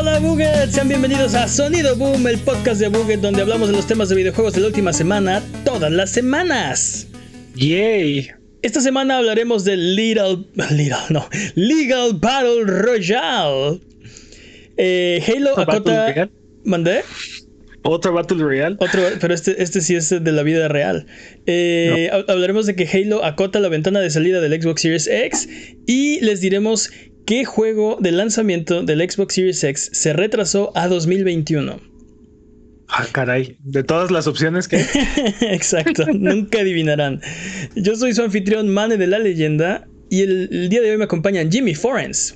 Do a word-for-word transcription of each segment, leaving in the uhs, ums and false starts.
Hola Buget, sean bienvenidos a Sonido Boom, el podcast de Buget donde hablamos de los temas de videojuegos de la última semana, todas las semanas. Yay. Esta semana hablaremos del Little, Little, no, Legal Battle Royale. Eh, Halo acota... ¿Mandé? ¿Otro Battle Royale? Otro, pero este, este sí es de la vida real. Eh, no. Hablaremos de que Halo acota la ventana de salida del Xbox Series X y les diremos qué juego de lanzamiento del Xbox Series X se retrasó a dos mil veintiuno. Ah, caray, de todas las opciones que... Exacto, nunca adivinarán. Yo soy su anfitrión Mane de la Leyenda y el, el día de hoy me acompañan Jimmy Forens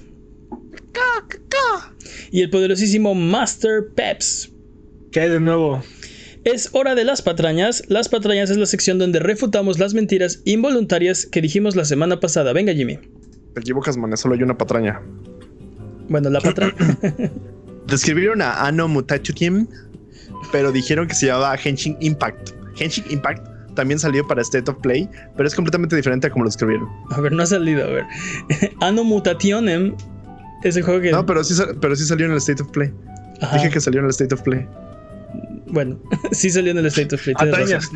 y el poderosísimo Master Peps. ¿Qué hay de nuevo? Es hora de las patrañas. Las patrañas es la sección donde refutamos las mentiras involuntarias que dijimos la semana pasada. Venga, Jimmy. Te equivocas, man, solo hay una patraña. Bueno, la patraña. Describieron a Anno Mutationem, pero dijeron que se llamaba Genshin Impact. Genshin Impact también salió para State of Play, pero es completamente diferente a como lo escribieron. A ver, no ha salido, a ver. Anno Mutationem es el juego que... No, pero sí, pero sí salió en el State of Play. Ajá. Dije que salió en el State of Play. Bueno, sí salió en el State of Play. Patrañas.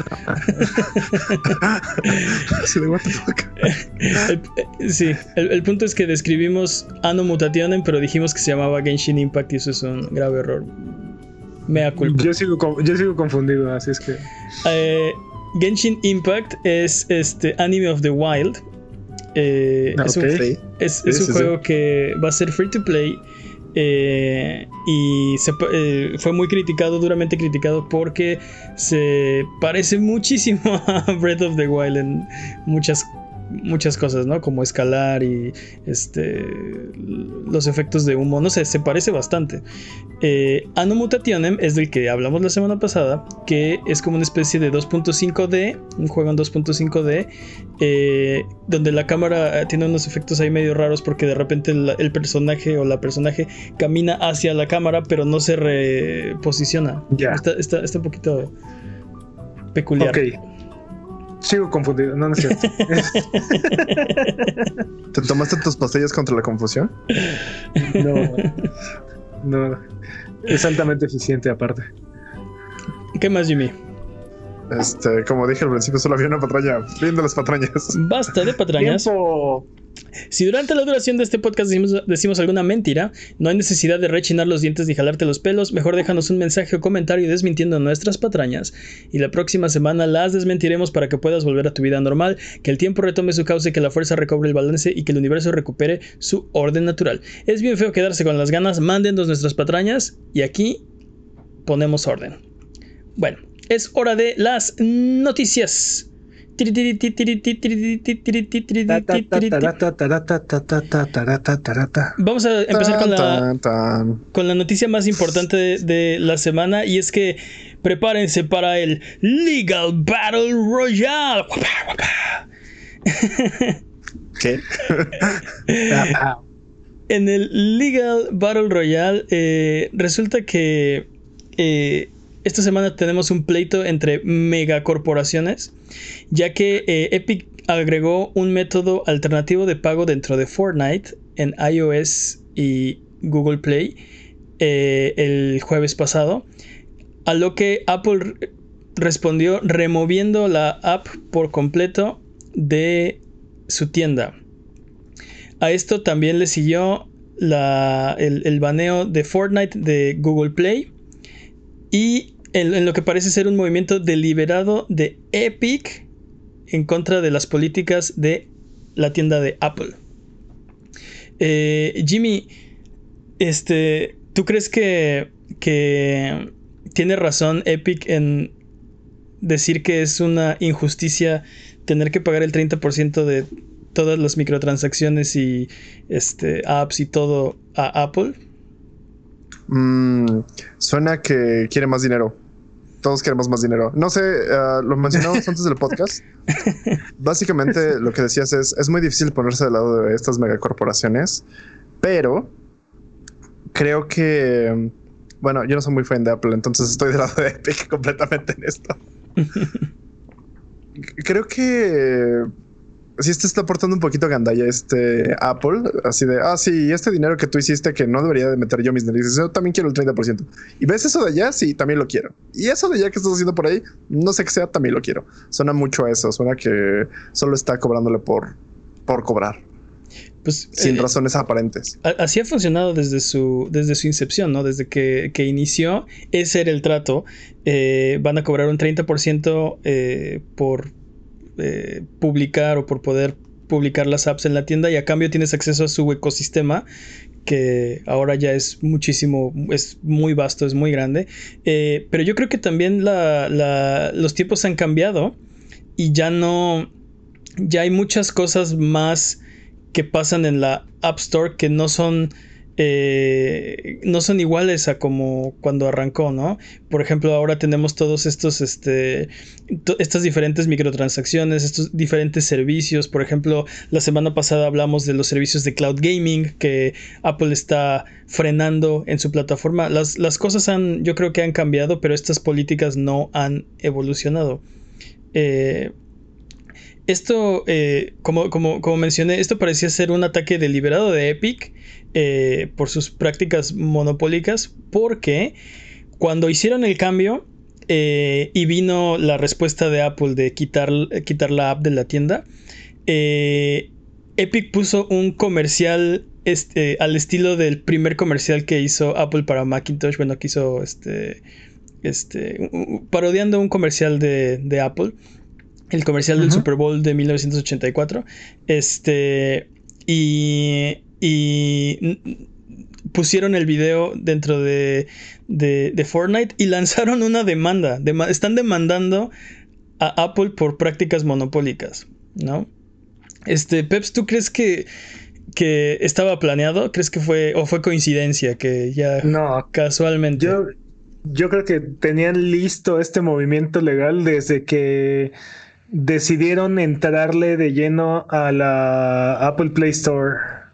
el, sí, el, el punto es que describimos Anno Mutationem, pero dijimos que se llamaba Genshin Impact y eso es un grave error. Mea culpa. Yo sigo, yo sigo confundido, así es que... Eh, Genshin Impact es este Anime of the Wild. Eh, no, es okay. un, sí. es, es sí, un sí, juego sí. que va a ser free to play. Eh, y se, eh, fue muy criticado, duramente criticado, porque se parece muchísimo a Breath of the Wild en muchas muchas cosas, ¿no? Como escalar y este los efectos de humo, no sé, se parece bastante. eh, Anno Mutationem es del que hablamos la semana pasada, que es como una especie de dos punto cinco D, un juego en dos punto cinco D, eh, donde la cámara tiene unos efectos ahí medio raros porque de repente el, el personaje o la personaje camina hacia la cámara pero no se reposiciona. Yeah. Está, está, está un poquito peculiar. Ok. Sigo confundido, no, no es cierto. ¿Te tomaste tus pastillas contra la confusión? No, no. Es altamente eficiente aparte. ¿Qué más, Jimmy? Este, como dije al principio, solo había una patraña. Fin de las patrañas. Basta de patrañas. Tiempo. Si durante la duración de este podcast decimos, decimos alguna mentira, no hay necesidad de rechinar los dientes ni jalarte los pelos. Mejor déjanos un mensaje o comentario desmintiendo nuestras patrañas y la próxima semana las desmentiremos para que puedas volver a tu vida normal, que el tiempo retome su cauce, que la fuerza recobre el balance y que el universo recupere su orden natural. Es bien feo quedarse con las ganas. Mándennos nuestras patrañas y aquí ponemos orden. Bueno, es hora de las noticias. Vamos a empezar con la, con la noticia más importante de, de la semana, y es que prepárense para el Legal Battle Royale. ¿Qué? En el Legal Battle Royale eh, resulta que eh, esta semana tenemos un pleito entre megacorporaciones, ya que eh, Epic agregó un método alternativo de pago dentro de Fortnite en iOS y Google Play eh, el jueves pasado, a lo que Apple respondió removiendo la app por completo de su tienda. A esto también le siguió la, el, el baneo de Fortnite de Google Play. Y en, en lo que parece ser un movimiento deliberado de Epic en contra de las políticas de la tienda de Apple. Eh, Jimmy, este, ¿tú crees que, que tiene razón Epic en decir que es una injusticia tener que pagar el treinta por ciento de todas las microtransacciones y este, apps y todo a Apple? Mm, suena que quiere más dinero. Todos queremos más dinero. No sé, uh, lo mencionamos antes del podcast. Básicamente lo que decías es, es muy difícil ponerse del lado de estas megacorporaciones, pero creo que, bueno, yo no soy muy fan de Apple, entonces estoy del lado de Epic completamente en esto. Creo que sí te está aportando un poquito gandalla este Apple, así de, ah, sí, este dinero que tú hiciste que no debería de meter yo mis narices, yo también quiero el treinta por ciento. Y ves eso de allá, sí, también lo quiero. Y eso de allá que estás haciendo por ahí, no sé qué sea, también lo quiero. Suena mucho a eso, suena que solo está cobrándole por, por cobrar. Pues, sin eh, razones aparentes. Así ha funcionado desde su, desde su incepción, ¿no? Desde que, que inició, ese era el trato. Eh, van a cobrar un treinta por ciento eh, por eh, publicar o por poder publicar las apps en la tienda, y a cambio tienes acceso a su ecosistema, que ahora ya es muchísimo, es muy vasto, es muy grande. Eh, pero yo creo que también la, la, los tiempos han cambiado y ya no, ya hay muchas cosas más que pasan en la App Store que no son eh, no son iguales a como cuando arrancó, ¿no? Por ejemplo, ahora tenemos todos estos este, to- estas diferentes microtransacciones, estos diferentes servicios. Por ejemplo, la semana pasada hablamos de los servicios de cloud gaming que Apple está frenando en su plataforma. Las, las cosas han, yo creo que han cambiado, pero estas políticas no han evolucionado. Eh, Esto, eh, como, como, como mencioné, esto parecía ser un ataque deliberado de Epic eh, por sus prácticas monopólicas, porque cuando hicieron el cambio eh, y vino la respuesta de Apple de quitar, quitar la app de la tienda, eh, Epic puso un comercial este, al estilo del primer comercial que hizo Apple para Macintosh, bueno, que hizo este, este, parodiando un comercial de, de Apple. El comercial uh-huh. del Super Bowl de mil novecientos ochenta y cuatro. Este. Y. Y. Pusieron el video dentro de, de, de Fortnite y lanzaron una demanda. Dema- están demandando a Apple por prácticas monopólicas, ¿no? Este, Peps, ¿tú crees que, que estaba planeado? ¿Crees que fue. O fue coincidencia que ya no, casualmente? Yo, yo creo que tenían listo este movimiento legal desde que decidieron entrarle de lleno a la Apple Play Store.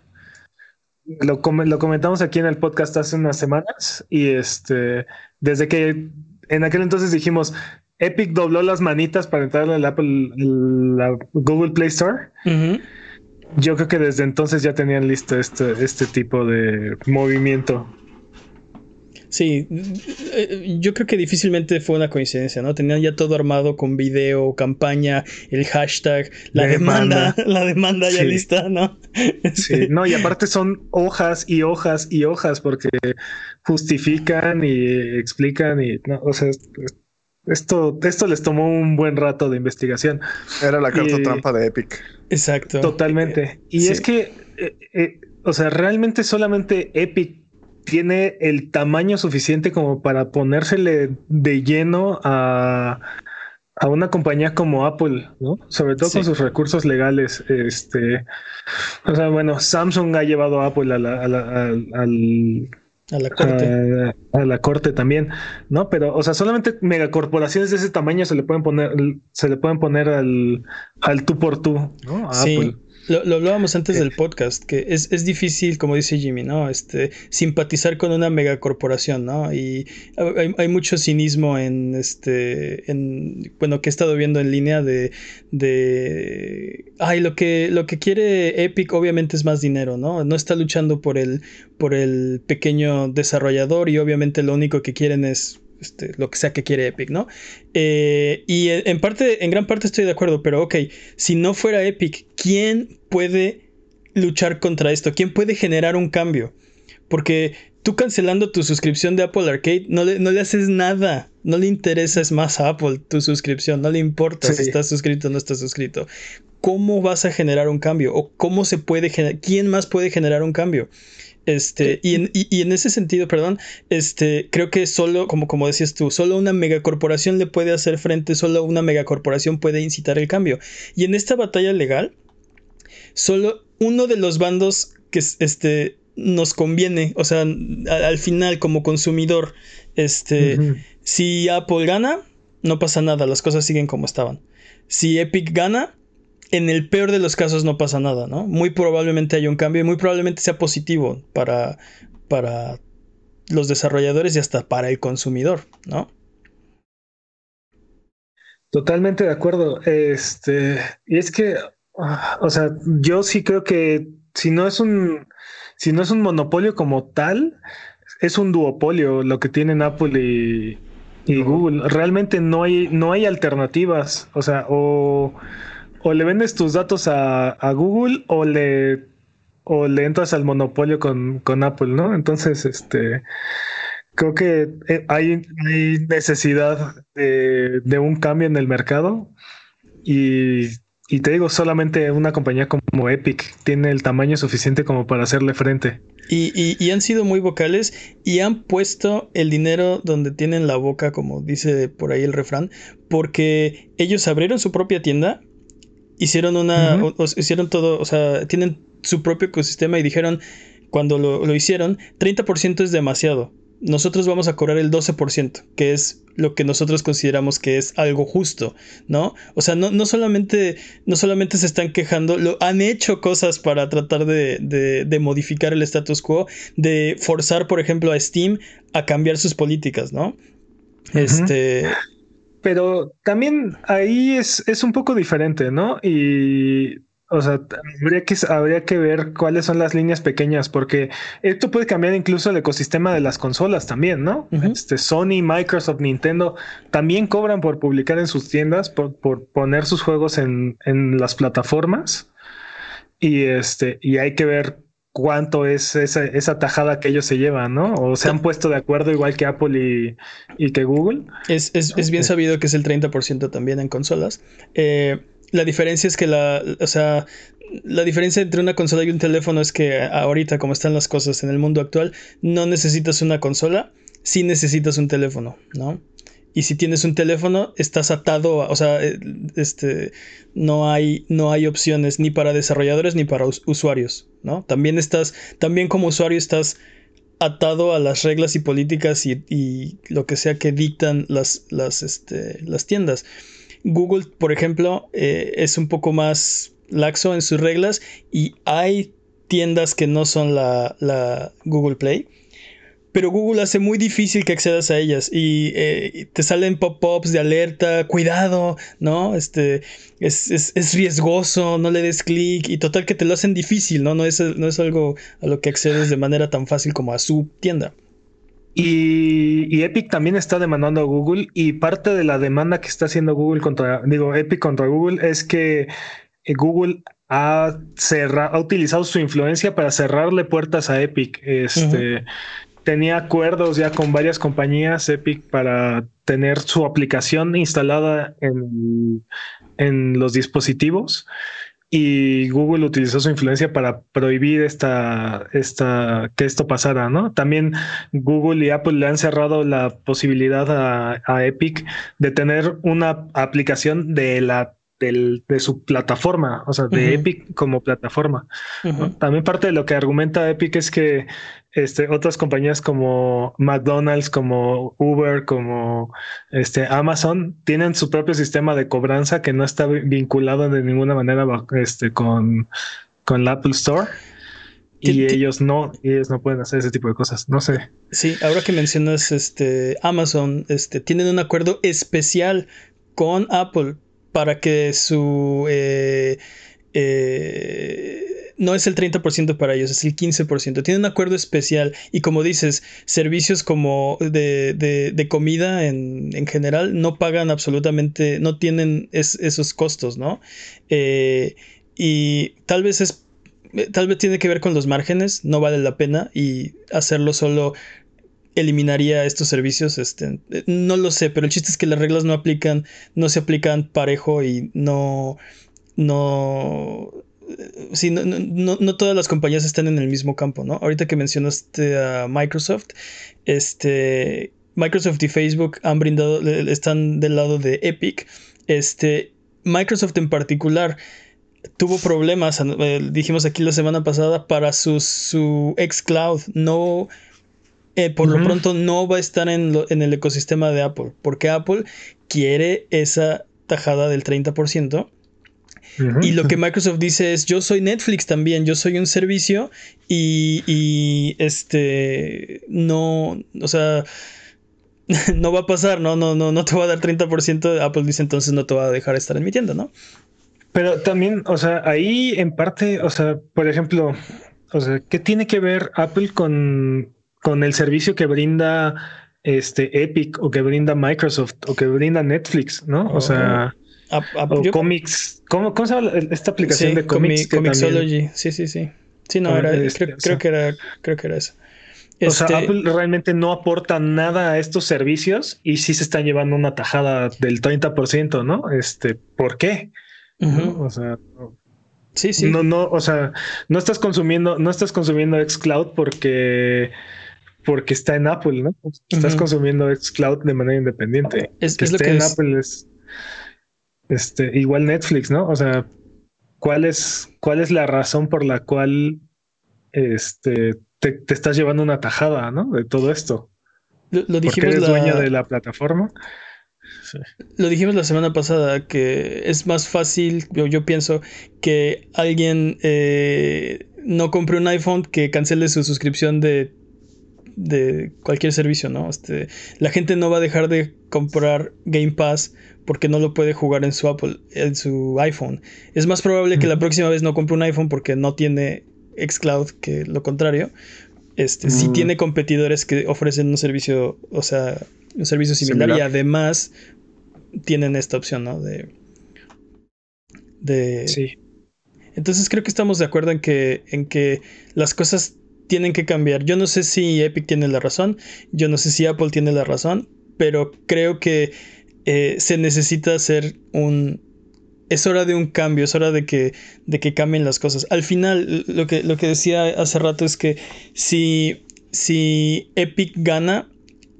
Lo, com- lo comentamos aquí en el podcast hace unas semanas y este, desde que en aquel entonces dijimos, Epic dobló las manitas para entrar al Apple, la Google Play Store. Uh-huh. Yo creo que desde entonces ya tenían listo este, este tipo de movimiento. Sí, yo creo que difícilmente fue una coincidencia, ¿no? Tenían ya todo armado con video, campaña, el hashtag, la demanda, demanda la demanda ya sí. lista, ¿no? Sí, no, y aparte son hojas y hojas y hojas porque justifican y explican y, no, o sea, esto, esto les tomó un buen rato de investigación. Era la carta y, trampa de Epic. Exacto. Totalmente. Y sí. es que, eh, eh, o sea, realmente solamente Epic tiene el tamaño suficiente como para ponérsele de lleno a, a una compañía como Apple, ¿no? Sobre todo sí. con sus recursos legales. Este, o sea, bueno, Samsung ha llevado a Apple a la, a la, a, al, a la corte. A, a la corte también, ¿no? Pero, o sea, solamente megacorporaciones de ese tamaño se le pueden poner, se le pueden poner al, al tú por tú, ¿no? A sí. Apple. Lo, lo hablábamos antes del podcast, que es, es difícil, como dice Jimmy, ¿no? Este, simpatizar con una megacorporación, ¿no? Y hay, hay mucho cinismo en este, en, bueno, que he estado viendo en línea de, de, ay, lo que, lo que quiere Epic obviamente es más dinero, ¿no? No está luchando por el, por el pequeño desarrollador y obviamente lo único que quieren es Este, lo que sea que quiere Epic, ¿no? Eh, y en parte, en gran parte estoy de acuerdo, pero ok, si no fuera Epic, ¿quién puede luchar contra esto? ¿Quién puede generar un cambio? Porque tú cancelando tu suscripción de Apple Arcade no le, no le haces nada, no le interesa es más a Apple tu suscripción, no le importa sí. si estás suscrito o no estás suscrito. ¿Cómo vas a generar un cambio? ¿O cómo se puede generar? ¿Quién más puede generar un cambio? Este, y en, y, y en ese sentido, perdón, este, creo que solo, como, como decías tú, solo una megacorporación le puede hacer frente, solo una megacorporación puede incitar el cambio. Y en esta batalla legal, solo uno de los bandos que este, nos conviene, o sea, al, al final, como consumidor, este, uh-huh. si Apple gana, no pasa nada, las cosas siguen como estaban. Si Epic gana, en el peor de los casos no pasa nada, ¿no? Muy probablemente haya un cambio y muy probablemente sea positivo para, para los desarrolladores y hasta para el consumidor, ¿no? Totalmente de acuerdo. Este, y es que, Ah, o sea, yo sí creo que si no es un, si no es un monopolio como tal, es un duopolio lo que tienen Apple y, y Google. Google. Realmente no hay, no hay alternativas. O sea, o, o le vendes tus datos a, a Google o le, o le entras al monopolio con, con Apple, ¿no? Entonces, este, creo que eh, hay, hay necesidad de, de un cambio en el mercado y, y te digo, solamente una compañía como Epic tiene el tamaño suficiente como para hacerle frente. Y, y, y han sido muy vocales y han puesto el dinero donde tienen la boca, como dice por ahí el refrán, porque ellos abrieron su propia tienda, hicieron una, Ujú. o, o hicieron todo, o sea, tienen su propio ecosistema y dijeron, cuando lo, lo hicieron, treinta por ciento es demasiado. Nosotros vamos a cobrar el doce por ciento, que es lo que nosotros consideramos que es algo justo, ¿no? O sea, no, no, solamente, no solamente se están quejando, lo, han hecho cosas para tratar de, de, de modificar el status quo, de forzar, por ejemplo, a Steam a cambiar sus políticas, ¿no? Ujú. Este... Pero también ahí es, es un poco diferente, ¿no? Y, o sea, t- habría que, habría que ver cuáles son las líneas pequeñas, porque esto puede cambiar incluso el ecosistema de las consolas también, ¿no? Uh -huh. Este, Sony, Microsoft, Nintendo también cobran por publicar en sus tiendas, por, por poner sus juegos en, en las plataformas. Y este, y hay que ver cuánto es esa, esa tajada que ellos se llevan, ¿no? O se han puesto de acuerdo igual que Apple y, y que Google. Es, es, es bien sabido que es el treinta por ciento también en consolas. Eh, la diferencia es que la, o sea, la diferencia entre una consola y un teléfono es que ahorita, como están las cosas en el mundo actual, no necesitas una consola, sí necesitas un teléfono, ¿no? Y si tienes un teléfono, estás atado, a, o sea, este, no hay, no hay opciones ni para desarrolladores ni para us usuarios, ¿no? También estás, también como usuario estás atado a las reglas y políticas y, y lo que sea que dictan las, las, este, las tiendas. Google, por ejemplo, eh, es un poco más laxo en sus reglas y hay tiendas que no son la, la Google Play, pero Google hace muy difícil que accedas a ellas y eh, te salen pop-ups de alerta, cuidado, ¿no? Este, es, es, es riesgoso, no le des clic y total que te lo hacen difícil, ¿no? No es, no es algo a lo que accedes de manera tan fácil como a su tienda. Y, y Epic también está demandando a Google y parte de la demanda que está haciendo Google contra, digo, Epic contra Google es que Google ha, cerra, ha utilizado su influencia para cerrarle puertas a Epic. Este, uh-huh. Tenía acuerdos ya con varias compañías Epic para tener su aplicación instalada en, en los dispositivos y Google utilizó su influencia para prohibir esta, esta, que esto pasara, ¿no? También Google y Apple le han cerrado la posibilidad a, a Epic de tener una aplicación de la Del, de su plataforma, o sea, de uh-huh. Epic como plataforma. Uh-huh. ¿no? También parte de lo que argumenta Epic es que este, otras compañías como McDonald's, como Uber, como este, Amazon, tienen su propio sistema de cobranza que no está vinculado de ninguna manera este, con, con la Apple Store. Y ellos no, ellos no pueden hacer ese tipo de cosas. No sé. Sí, ahora que mencionas este, Amazon, este, tienen un acuerdo especial con Apple para que su... Eh, eh, no es el treinta por ciento para ellos, es el quince por ciento. Tienen un acuerdo especial y como dices, servicios como de, de, de comida en, en general no pagan absolutamente, no tienen es, esos costos, ¿no? Eh, y tal vez es tal vez tiene que ver con los márgenes, no vale la pena y hacerlo solo eliminaría estos servicios, este, no lo sé, pero el chiste es que las reglas no aplican, no se aplican parejo y no, no, sí, no, no, no todas las compañías están en el mismo campo, ¿no? Ahorita que mencionaste a Microsoft, este, Microsoft y Facebook han brindado, están del lado de Epic, este, Microsoft en particular tuvo problemas, eh, dijimos aquí la semana pasada, para su, su xCloud. No, eh, por uh-huh. lo pronto no va a estar en, lo, en el ecosistema de Apple, porque Apple quiere esa tajada del treinta por ciento. Uh-huh. Y lo que Microsoft dice es, yo soy Netflix también, yo soy un servicio y, y este, no, o sea... no va a pasar, no, no, no, no te va a dar treinta por ciento. Apple dice entonces no te va a dejar estar en mi tienda, ¿no? Pero también, o sea, ahí en parte, o sea, por ejemplo, o sea, ¿qué tiene que ver Apple con, con el servicio que brinda este Epic o que brinda Microsoft o que brinda Netflix, ¿no? O sea, A- a- o yo- Comics. ¿Cómo, cómo se llama esta aplicación sí, de Comics? comi- que también, Comixology. Sí, sí, sí. Sí, no, era, este, creo, o creo sea, que era, creo que era eso. o sea, Este, Apple realmente no aporta nada a estos servicios y sí se están llevando una tajada del treinta por ciento, ¿no? Este, ¿por qué? ujú. ¿No? O sea, no, Sí, sí. no, no, o sea, no estás consumiendo, no estás consumiendo xCloud porque, porque está en Apple, ¿no? Estás Ujú. consumiendo xCloud de manera independiente. Es, Que es lo esté que en es. Apple es este, igual Netflix, ¿no? O sea, ¿cuál es, cuál es la razón por la cual este, te, te estás llevando una tajada, ¿no? De todo esto. Lo, lo Porque dijimos eres dueño la, de la plataforma. Sí. lo dijimos la semana pasada, que es más fácil, yo, yo pienso, que alguien eh, no compre un iPhone que cancele su suscripción de, de cualquier servicio, ¿no? Este, la gente no va a dejar de comprar Game Pass porque no lo puede jugar en su Apple, en su iPhone. Es más probable que la próxima vez no compre un iPhone porque no tiene xCloud que lo contrario. Este, sí Mm. tiene competidores que ofrecen un servicio, o sea, un servicio similar, Similar. y además tienen esta opción, ¿no? De, de... Sí. Entonces creo que estamos de acuerdo en que, en que las cosas tienen que cambiar. Yo no sé si Epic tiene la razón, yo no sé si Apple tiene la razón, pero creo que eh, se necesita hacer un... Es hora de un cambio, es hora de que, de que cambien las cosas. Al final, lo que, lo que decía hace rato es que si, si Epic gana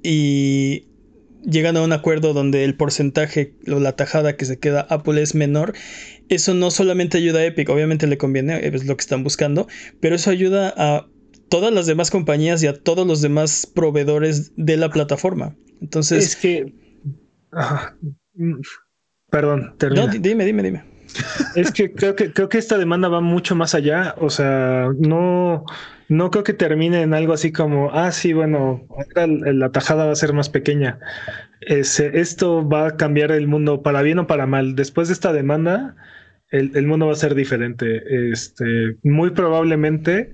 y llegan a un acuerdo donde el porcentaje o la tajada que se queda Apple es menor, eso no solamente ayuda a Epic, obviamente le conviene, es lo que están buscando, pero eso ayuda a todas las demás compañías y a todos los demás proveedores de la plataforma. Entonces, Es que. ah, mm, perdón, no, termina. di- dime, dime, dime. Es que creo que creo que esta demanda va mucho más allá. O sea, no, no creo que termine en algo así como, ah, sí, bueno, ahora la tajada va a ser más pequeña. Ese- esto va a cambiar el mundo para bien o para mal. Después de esta demanda, el, el mundo va a ser diferente. Este, muy probablemente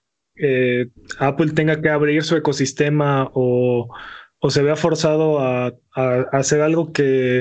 eh, Apple tenga que abrir su ecosistema o, o se vea forzado a, a- a hacer algo que,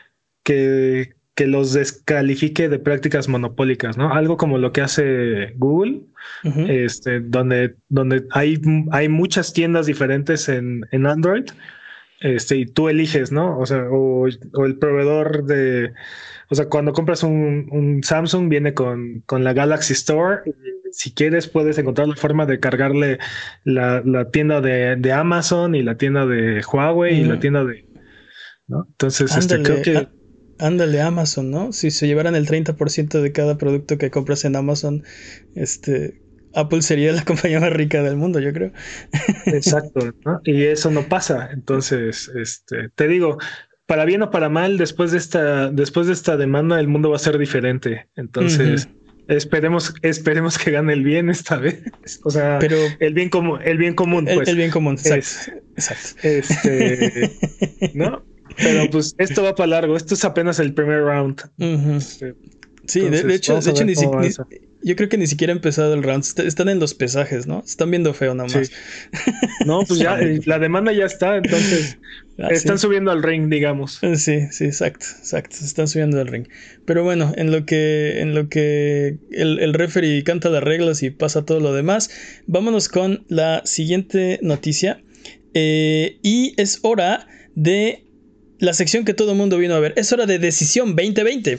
que, que los descalifique de prácticas monopólicas, ¿no? Algo como lo que hace Google, Ujú. este, donde, donde hay, hay muchas tiendas diferentes en, en Android, este, y tú eliges, ¿no? O sea, o, o el proveedor de, o sea, cuando compras un, un Samsung viene con, con la Galaxy Store. Y si quieres, puedes encontrar la forma de cargarle la, la tienda de, de Amazon y la tienda de Huawei y la Mm, tienda de, ¿no? Entonces, este, creo ándale, que á- ándale Amazon, ¿no? Si se llevaran el treinta por ciento de cada producto que compras en Amazon, este, Apple sería la compañía más rica del mundo, yo creo. exacto, ¿no? Y eso no pasa. Entonces, este, te digo, para bien o para mal, después de esta, después de esta demanda, el mundo va a ser diferente. Entonces, Ujú. esperemos, esperemos que gane el bien esta vez. O sea, Pero el bien común, el bien común, el, pues, el bien común, exacto, es, exacto. este, ¿no? Pero pues esto va para largo. Esto es apenas el primer round. Ujú. Este, Sí, de, de entonces, hecho, vamos de a hecho ver ni, si- cómo ni- avanza. yo creo que ni siquiera ha empezado el round. Est- Están en los pesajes, ¿no? Se están viendo feo nada Sí. más. No, pues ya, Están viendo eh, la feo. demanda ya está. Entonces, Ah, están sí. subiendo al ring, digamos. Eh, Sí, sí, exacto, exacto. Se están subiendo al ring. Pero bueno, en lo que, en lo que el, el referee canta las reglas y pasa todo lo demás, vámonos con la siguiente noticia. Eh, y es hora de la sección que todo el mundo vino a ver. Es hora de Decisión veinte veinte.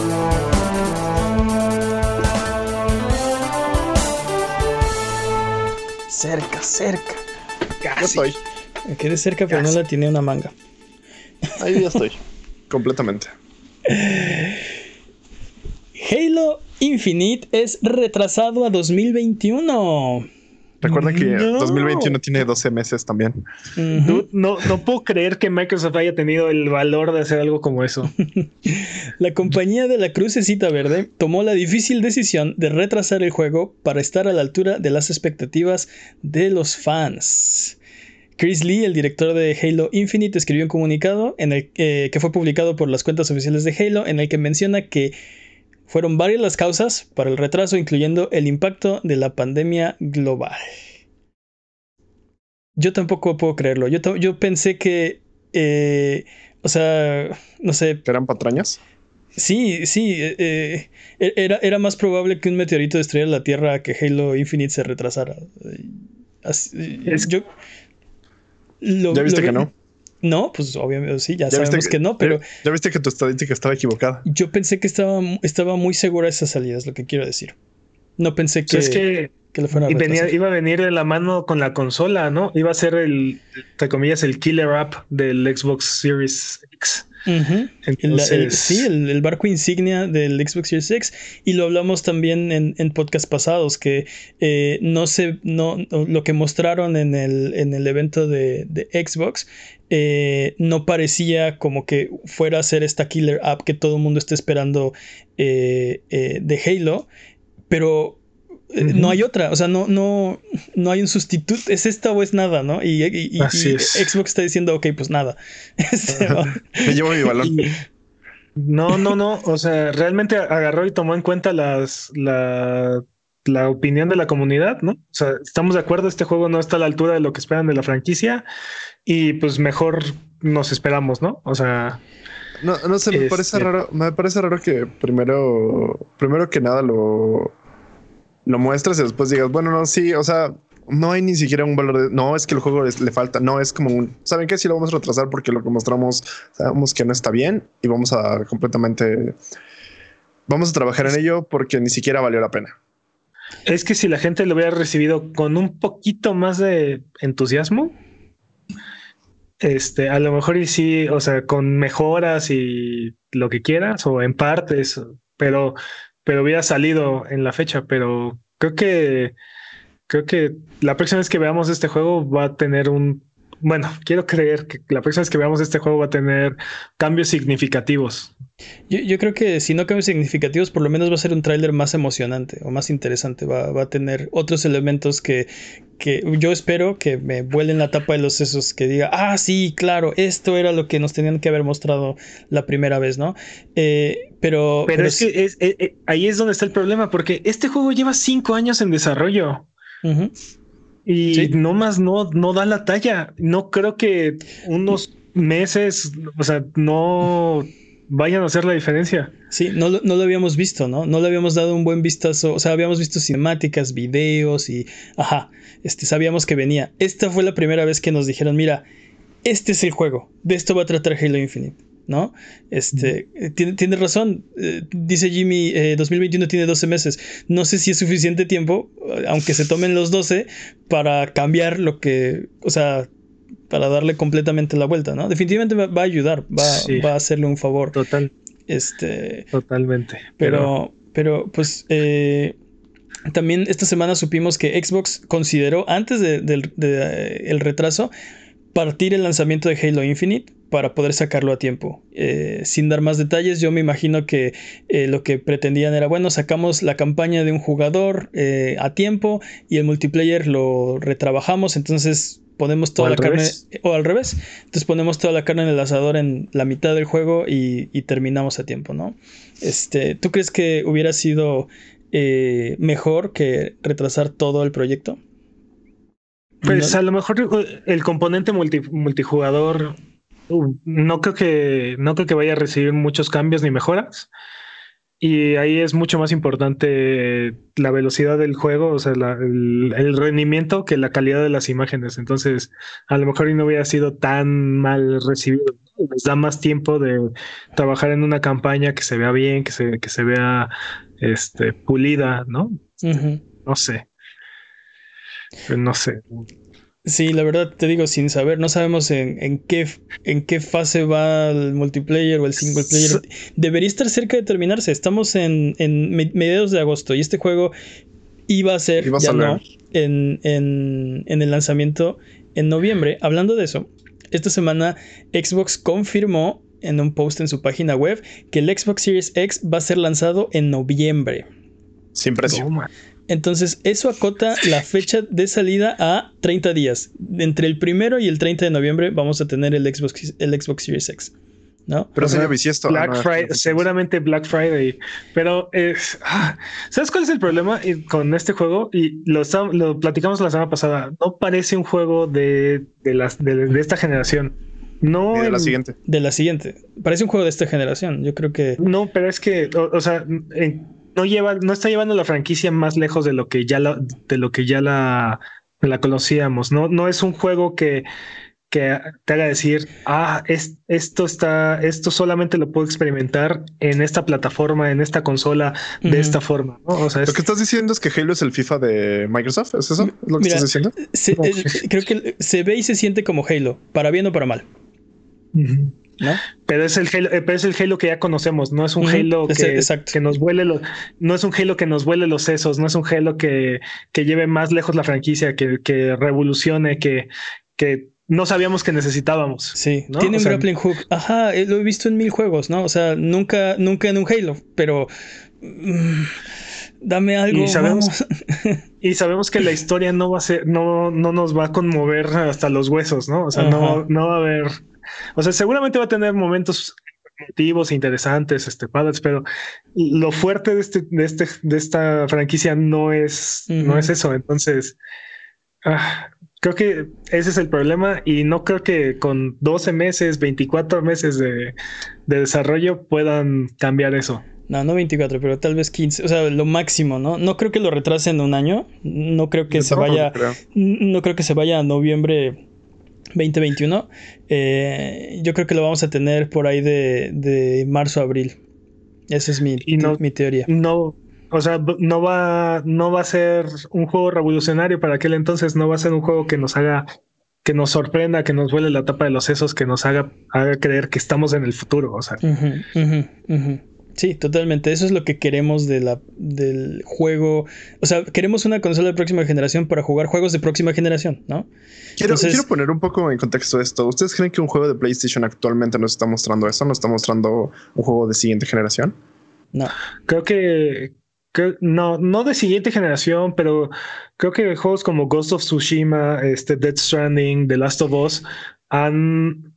Cerca, cerca. Yo estoy. Me quedé cerca, pero no la tiene una manga. Ahí ya estoy. Completamente. Halo Infinite es retrasado a dos mil veintiuno. Recuerda que No. dos mil veintiuno tiene doce meses también. Ujú. Dude, no, no puedo creer que Microsoft haya tenido el valor de hacer algo como eso. La compañía de la Crucecita Verde tomó la difícil decisión de retrasar el juego para estar a la altura de las expectativas de los fans. Chris Lee, el director de Halo Infinite, escribió un comunicado en el, eh, que fue publicado por las cuentas oficiales de Halo, en el que menciona que Fueron varias las causas para el retraso, incluyendo el impacto de la pandemia global. Yo tampoco puedo creerlo. Yo, yo pensé que, eh, o sea, no sé. ¿Eran patrañas? Sí, sí. Eh, era, era más probable que un meteorito destruyera la Tierra a que Halo Infinite se retrasara. Así, es, yo, lo, ¿Ya viste lo, que no? No, pues obviamente sí, ya, ya sabemos que, que no, pero... Ya, ya viste que tu estadística estaba equivocada. Yo pensé que estaba, estaba muy segura de esa salida, es lo que quiero decir. No pensé que... O sea, es que, que le fuera a y venía, iba a venir de la mano con la consola, ¿no? Iba a ser el, entre comillas, el killer app del Xbox Series X. Uh-huh. Entonces... el, el, sí, el, el barco insignia del Xbox Series X, y lo hablamos también en, en podcasts pasados, que eh, no sé, no, lo que mostraron en el, en el evento de, de Xbox eh, no parecía como que fuera a ser esta killer app que todo el mundo está esperando eh, eh, de Halo, pero Uh-huh. no hay otra, o sea, no, no, no hay un sustituto, es esta o es nada, ¿no? Y, y, y, y Xbox está diciendo, ok, pues nada. Me llevo mi balón. Y, no, no, no, o sea, realmente agarró y tomó en cuenta las, la, la opinión de la comunidad, ¿no? O sea, estamos de acuerdo, este juego no está a la altura de lo que esperan de la franquicia y pues mejor nos esperamos, ¿no? O sea... No, no sé, me este... parece raro, me parece raro que primero, primero que nada lo... lo muestras y después digas, bueno, no, sí, o sea, no hay ni siquiera un valor de, no, es que el juego es, le falta, no, es como un, ¿saben qué? Sí lo vamos a retrasar porque lo que mostramos sabemos que no está bien y vamos a completamente, vamos a trabajar en ello porque ni siquiera valió la pena. Es que si la gente lo hubiera recibido con un poquito más de entusiasmo, este, a lo mejor y sí, o sea, con mejoras y lo que quieras o en partes, pero pero hubiera salido en la fecha, pero creo que creo que la próxima vez que veamos este juego va a tener un, bueno, quiero creer que la próxima vez que veamos este juego va a tener cambios significativos. Yo, yo creo que si no cambios significativos, por lo menos va a ser un tráiler más emocionante o más interesante. Va, va a tener otros elementos que, que yo espero que me vuelen la tapa de los sesos, que diga, ah, sí, claro, esto era lo que nos tenían que haber mostrado la primera vez, ¿no? Eh, pero, pero, pero es que es, es, es, ahí es donde está el problema, porque este juego lleva cinco años en desarrollo. Uh-huh. Y sí. nomás no, no da la talla. No creo que unos meses, o sea, no vayan a hacer la diferencia. Sí, no, no lo habíamos visto, ¿no? No le habíamos dado un buen vistazo. O sea, habíamos visto cinemáticas, videos y... Ajá, este, sabíamos que venía. Esta fue la primera vez que nos dijeron, mira, este es el juego. De esto va a tratar Halo Infinite, ¿no? Este, uh-huh. tiene, tiene razón. Eh, dice Jimmy, eh, dos mil veintiuno tiene doce meses. No sé si es suficiente tiempo, aunque se tomen los doce, para cambiar lo que... O sea... para darle completamente la vuelta, ¿no? Definitivamente va, va a ayudar, va, sí. va a hacerle un favor. Total. Este, Totalmente. Pero, pero, pero pues, eh, también esta semana supimos que Xbox consideró, antes del de, de, de, el retraso, partir el lanzamiento de Halo Infinite para poder sacarlo a tiempo. Eh, sin dar más detalles, yo me imagino que eh, lo que pretendían era, bueno, sacamos la campaña de un jugador eh, a tiempo y el multiplayer lo retrabajamos, entonces ponemos toda la carne, revés. o al revés, entonces ponemos toda la carne en el asador en la mitad del juego y, y terminamos a tiempo, ¿no? Este, ¿tú crees que hubiera sido eh, mejor que retrasar todo el proyecto? Pues no. A lo mejor el componente multi, multijugador uh, no creo que no creo que vaya a recibir muchos cambios ni mejoras. Y ahí es mucho más importante la velocidad del juego, o sea, la, el, el rendimiento que la calidad de las imágenes. Entonces, a lo mejor no hubiera sido tan mal recibido. Les da más tiempo de trabajar en una campaña que se vea bien, que se, que se vea este, pulida, ¿no? Uh-huh. No sé. No sé. Sí, la verdad te digo, sin saber, no sabemos en, en, qué, en qué fase va el multiplayer o el single player. Debería estar cerca de terminarse. Estamos en, en mediados de agosto y este juego iba a ser, iba a ya no, en, en, en el lanzamiento en noviembre. Hablando de eso, esta semana Xbox confirmó en un post en su página web que el Xbox Series X va a ser lanzado en noviembre. Sin precio. Oh, entonces eso acota la fecha de salida a treinta días. Entre el primero y el treinta de noviembre vamos a tener el Xbox, el Xbox Series X. ¿no? Pero eso Ajá. ya bisiesto. Black Ah, no, Friday, no, seguramente Black Friday. Pero, eh, ah, ¿sabes cuál es el problema y- con este juego? Y lo, estam- lo platicamos la semana pasada. No parece un juego de, de, las, de, de esta generación. No, Y de la en- siguiente. De la siguiente. Parece un juego de esta generación. Yo creo que... no, pero es que, o, o sea, en- no lleva, no está llevando la franquicia más lejos de lo que ya la, de lo que ya la, la conocíamos. No, no es un juego que que te haga decir, ah, es, esto está, esto solamente lo puedo experimentar en esta plataforma, en esta consola, de Ujú. esta forma, ¿no? O sea, Lo es, que estás diciendo es que Halo es el FIFA de Microsoft. ¿Es eso lo que Mira, estás diciendo? se- No. eh, creo que se ve y se siente como Halo, para bien o para mal, Ujú. ¿no? Pero es el Halo, eh, pero es el Halo que ya conocemos, no es un Ujú, Halo es- que, exacto. que nos vuele los, no es un Halo que nos vuele los sesos, no es un Halo que, que lleve más lejos la franquicia, que, que revolucione, que, que no sabíamos que necesitábamos. Sí, ¿no? tiene O un sea, grappling hook. Ajá, eh, lo he visto en mil juegos, ¿no? O sea, nunca, nunca en un Halo, pero mm, dame algo, Y sabemos- vamos. Y sabemos que la historia no va a ser, no, no nos va a conmover hasta los huesos, ¿no? O sea, no, Ajá. no va a haber. O sea, seguramente va a tener momentos emotivos, interesantes, este, padres, pero lo fuerte de este, de este, de esta franquicia no es, Ujú. no es eso. Entonces, ah, creo que ese es el problema, y no creo que con doce meses, veinticuatro meses de, de desarrollo puedan cambiar eso. No, no veinticuatro, pero tal vez quince. O sea, lo máximo, ¿no? No creo que lo retrasen un año. No creo que Yo se tampoco vaya. creo. No creo que se vaya a noviembre veinte veintiuno. Eh, yo creo que lo vamos a tener por ahí de, de marzo a abril. Esa es mi, Y no- mi teoría. No, o sea, b- no va, no va a ser un juego revolucionario para aquel entonces, no va a ser un juego que nos haga, que nos sorprenda, que nos vuele la tapa de los sesos, que nos haga, haga creer que estamos en el futuro. O sea, Ujú, ujú, ujú. Sí, totalmente. Eso es lo que queremos de la, del juego. O sea, queremos una consola de próxima generación para jugar juegos de próxima generación, ¿no? Quiero, Entonces- quiero poner un poco en contexto esto. ¿Ustedes creen que un juego de PlayStation actualmente nos está mostrando eso? ¿Nos está mostrando un juego de siguiente generación? No. creo que, que no, no de siguiente generación, pero creo que juegos como Ghost of Tsushima, este Death Stranding, The Last of Us han,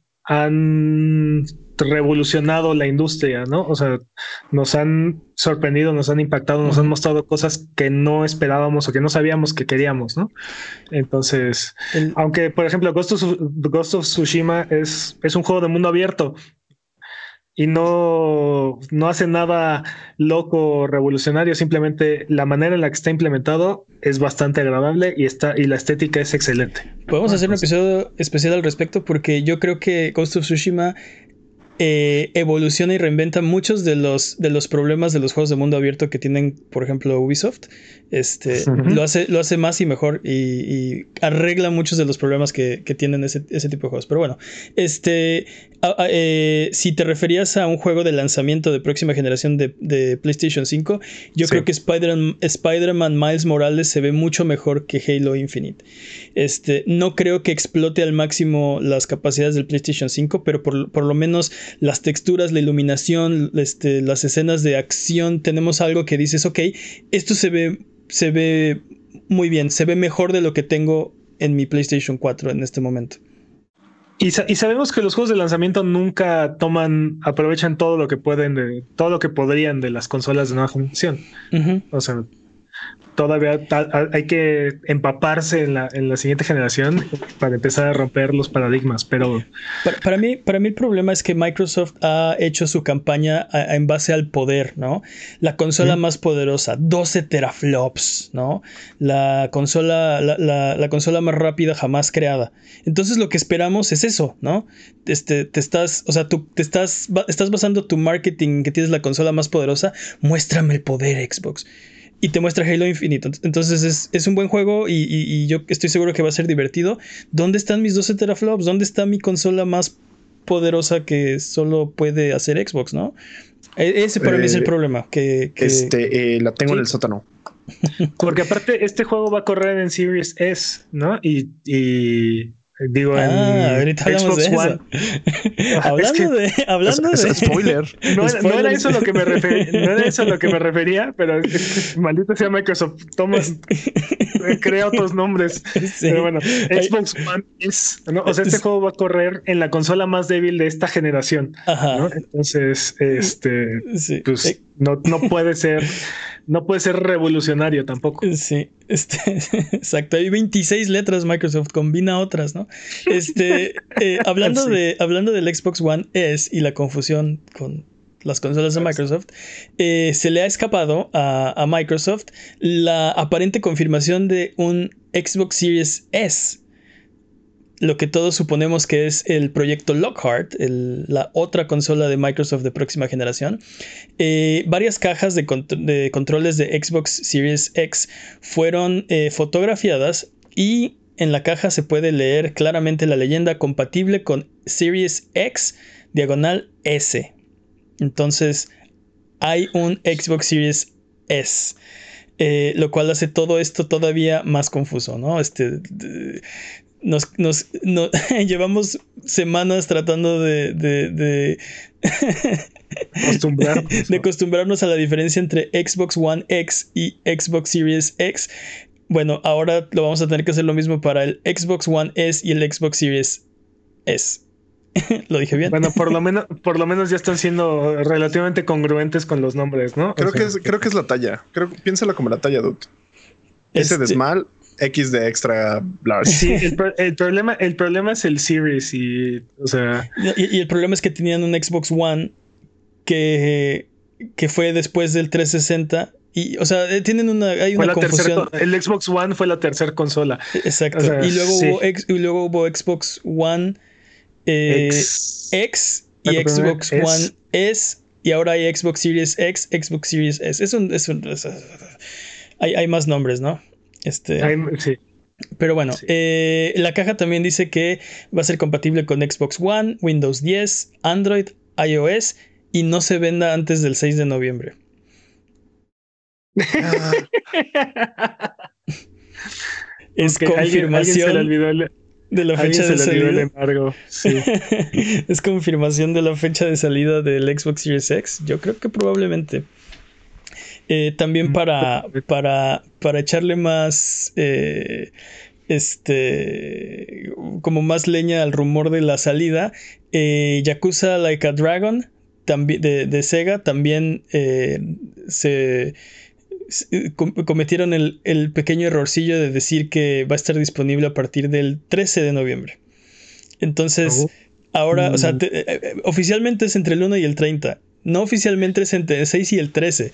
han revolucionado la industria, ¿no? O sea, nos han sorprendido, nos han impactado, nos Ujú. han mostrado cosas que no esperábamos o que no sabíamos que queríamos, ¿no? Entonces, El- aunque, por ejemplo, Ghost of, Ghost of Tsushima es, es un juego de mundo abierto y no, no hace nada loco o revolucionario, simplemente la manera en la que está implementado es bastante agradable y, está, y la estética es excelente. Podemos hacer un Entonces, episodio especial al respecto porque yo creo que Ghost of Tsushima eh, evoluciona y reinventa muchos de los, de los problemas de los juegos de mundo abierto que tienen, por ejemplo, Ubisoft. Este, Ujú. lo, hace, lo hace más y mejor y, y arregla muchos de los problemas que, que tienen ese, ese tipo de juegos. Pero bueno, este, a- a- eh, si te referías a un juego de lanzamiento de próxima generación de, de PlayStation cinco, yo Sí. creo que Spider- Spider-Man Miles Morales se ve mucho mejor que Halo Infinite. Este, no creo que explote al máximo las capacidades del PlayStation cinco, pero por, por lo menos las texturas, la iluminación, este, las escenas de acción, tenemos algo que dices, ok, esto se ve, se ve muy bien, se ve mejor de lo que tengo en mi PlayStation cuatro en este momento. Y, sa- y sabemos que los juegos de lanzamiento nunca toman, aprovechan todo lo que pueden, de, todo lo que podrían de las consolas de nueva generación. Ujú. O sea, todavía ta- a- hay que empaparse en la, en la siguiente generación para empezar a romper los paradigmas. Pero Para, para mí, para mí el problema es que Microsoft ha hecho su campaña a- a- en base al poder, ¿no? La consola Mm. más poderosa, doce teraflops, ¿no? La consola, la, la- la consola más rápida jamás creada. Entonces lo que esperamos es eso, ¿no? Este, te estás, o sea, tú te estás, ba- estás basando tu marketing que tienes la consola más poderosa, muéstrame el poder Xbox. Y te muestra Halo Infinite. Entonces es, es un buen juego y, y- y yo estoy seguro que va a ser divertido. ¿Dónde están mis doce teraflops? ¿Dónde está mi consola más poderosa que solo puede hacer Xbox, no? E- Ese para Eh, mí es el problema. Que, que- Este, eh, la tengo Sí. en el sótano. porque aparte este juego va a correr en Series S, ¿no? Y, y Digo, ah, en ahorita hablamos Xbox de One. eso. hablando Es que, de. Hablando es, de. es spoiler. No, era- no era Spoilers. eso lo que me refería, no era eso a lo que me refería, pero es que maldita sea Microsoft, toma, crea otros nombres. Sí. Pero bueno, Ay, Xbox One es, ¿no? O sea, este es- juego va a correr en la consola más débil de esta generación, ¿no? Ajá. Entonces, este, Sí. pues Eh, no, no puede ser, no puede ser revolucionario tampoco. Sí, este, exacto. Hay veintiséis letras, Microsoft combina otras, ¿no? Este, eh, hablando Sí. de, hablando del Xbox One S y la confusión con las consolas de Microsoft, eh, se le ha escapado a, a Microsoft la aparente confirmación de un Xbox Series S. Lo que todos suponemos que es el proyecto Lockhart, el, la otra consola de Microsoft de próxima generación. Eh, varias cajas de, cont de controles de Xbox Series X fueron eh, fotografiadas y en la caja se puede leer claramente la leyenda compatible con Series X diagonal S. Entonces hay un Xbox Series S. Eh, lo cual hace todo esto todavía más confuso, ¿no? Este... De, Nos, nos, nos llevamos semanas tratando de, de, de, Acostumbrarnos, de ¿no? acostumbrarnos a la diferencia entre Xbox One X y Xbox Series X. Bueno, ahora lo vamos a tener que hacer lo mismo para el Xbox One S y el Xbox Series S. ¿Lo dije bien? Bueno, por lo menos, por lo menos ya están siendo relativamente congruentes con los nombres, ¿no? Creo, O sea, que es, creo que es la talla. Creo, piénsalo como la talla, dude. S Este- de small, X de extra large. Sí, el, pro- el problema, el problema es el Series y, o sea, Y, y el problema es que tenían un Xbox One que, que fue después del trescientos sesenta. Y, o sea, tienen una, hay fue una la tercera, confusión. co- el Xbox One fue la tercera consola. Exacto. O sea, y, luego sí. hubo ex, y luego hubo Xbox One eh, X. X y Bueno, primero Xbox S. One S. Y ahora hay Xbox Series X, Xbox Series S. Es un, es un- es- hay, hay más nombres, ¿no? Este, Ay, sí. pero bueno, Sí. eh, la caja también dice que va a ser compatible con Xbox One, Windows diez, Android, iOS y no se venda antes del seis de noviembre. Ah, Es Ok, alguien- alguien se le confirmación olvidó el, de la alguien fecha se de le olvidó el salida. embargo. Sí. Es confirmación de la fecha de salida del Xbox Series X. Yo creo que probablemente. Eh, también para, para, para echarle más, eh, este, como más leña al rumor de la salida, eh, Yakuza Like a Dragon también, de, de Sega también eh, se, se com- cometieron el, el pequeño errorcillo de decir que va a estar disponible a partir del trece de noviembre. Entonces, Oh. ahora, o sea, Mm. te- eh, eh, oficialmente es entre el uno y el treinta. No oficialmente es entre el seis y el trece.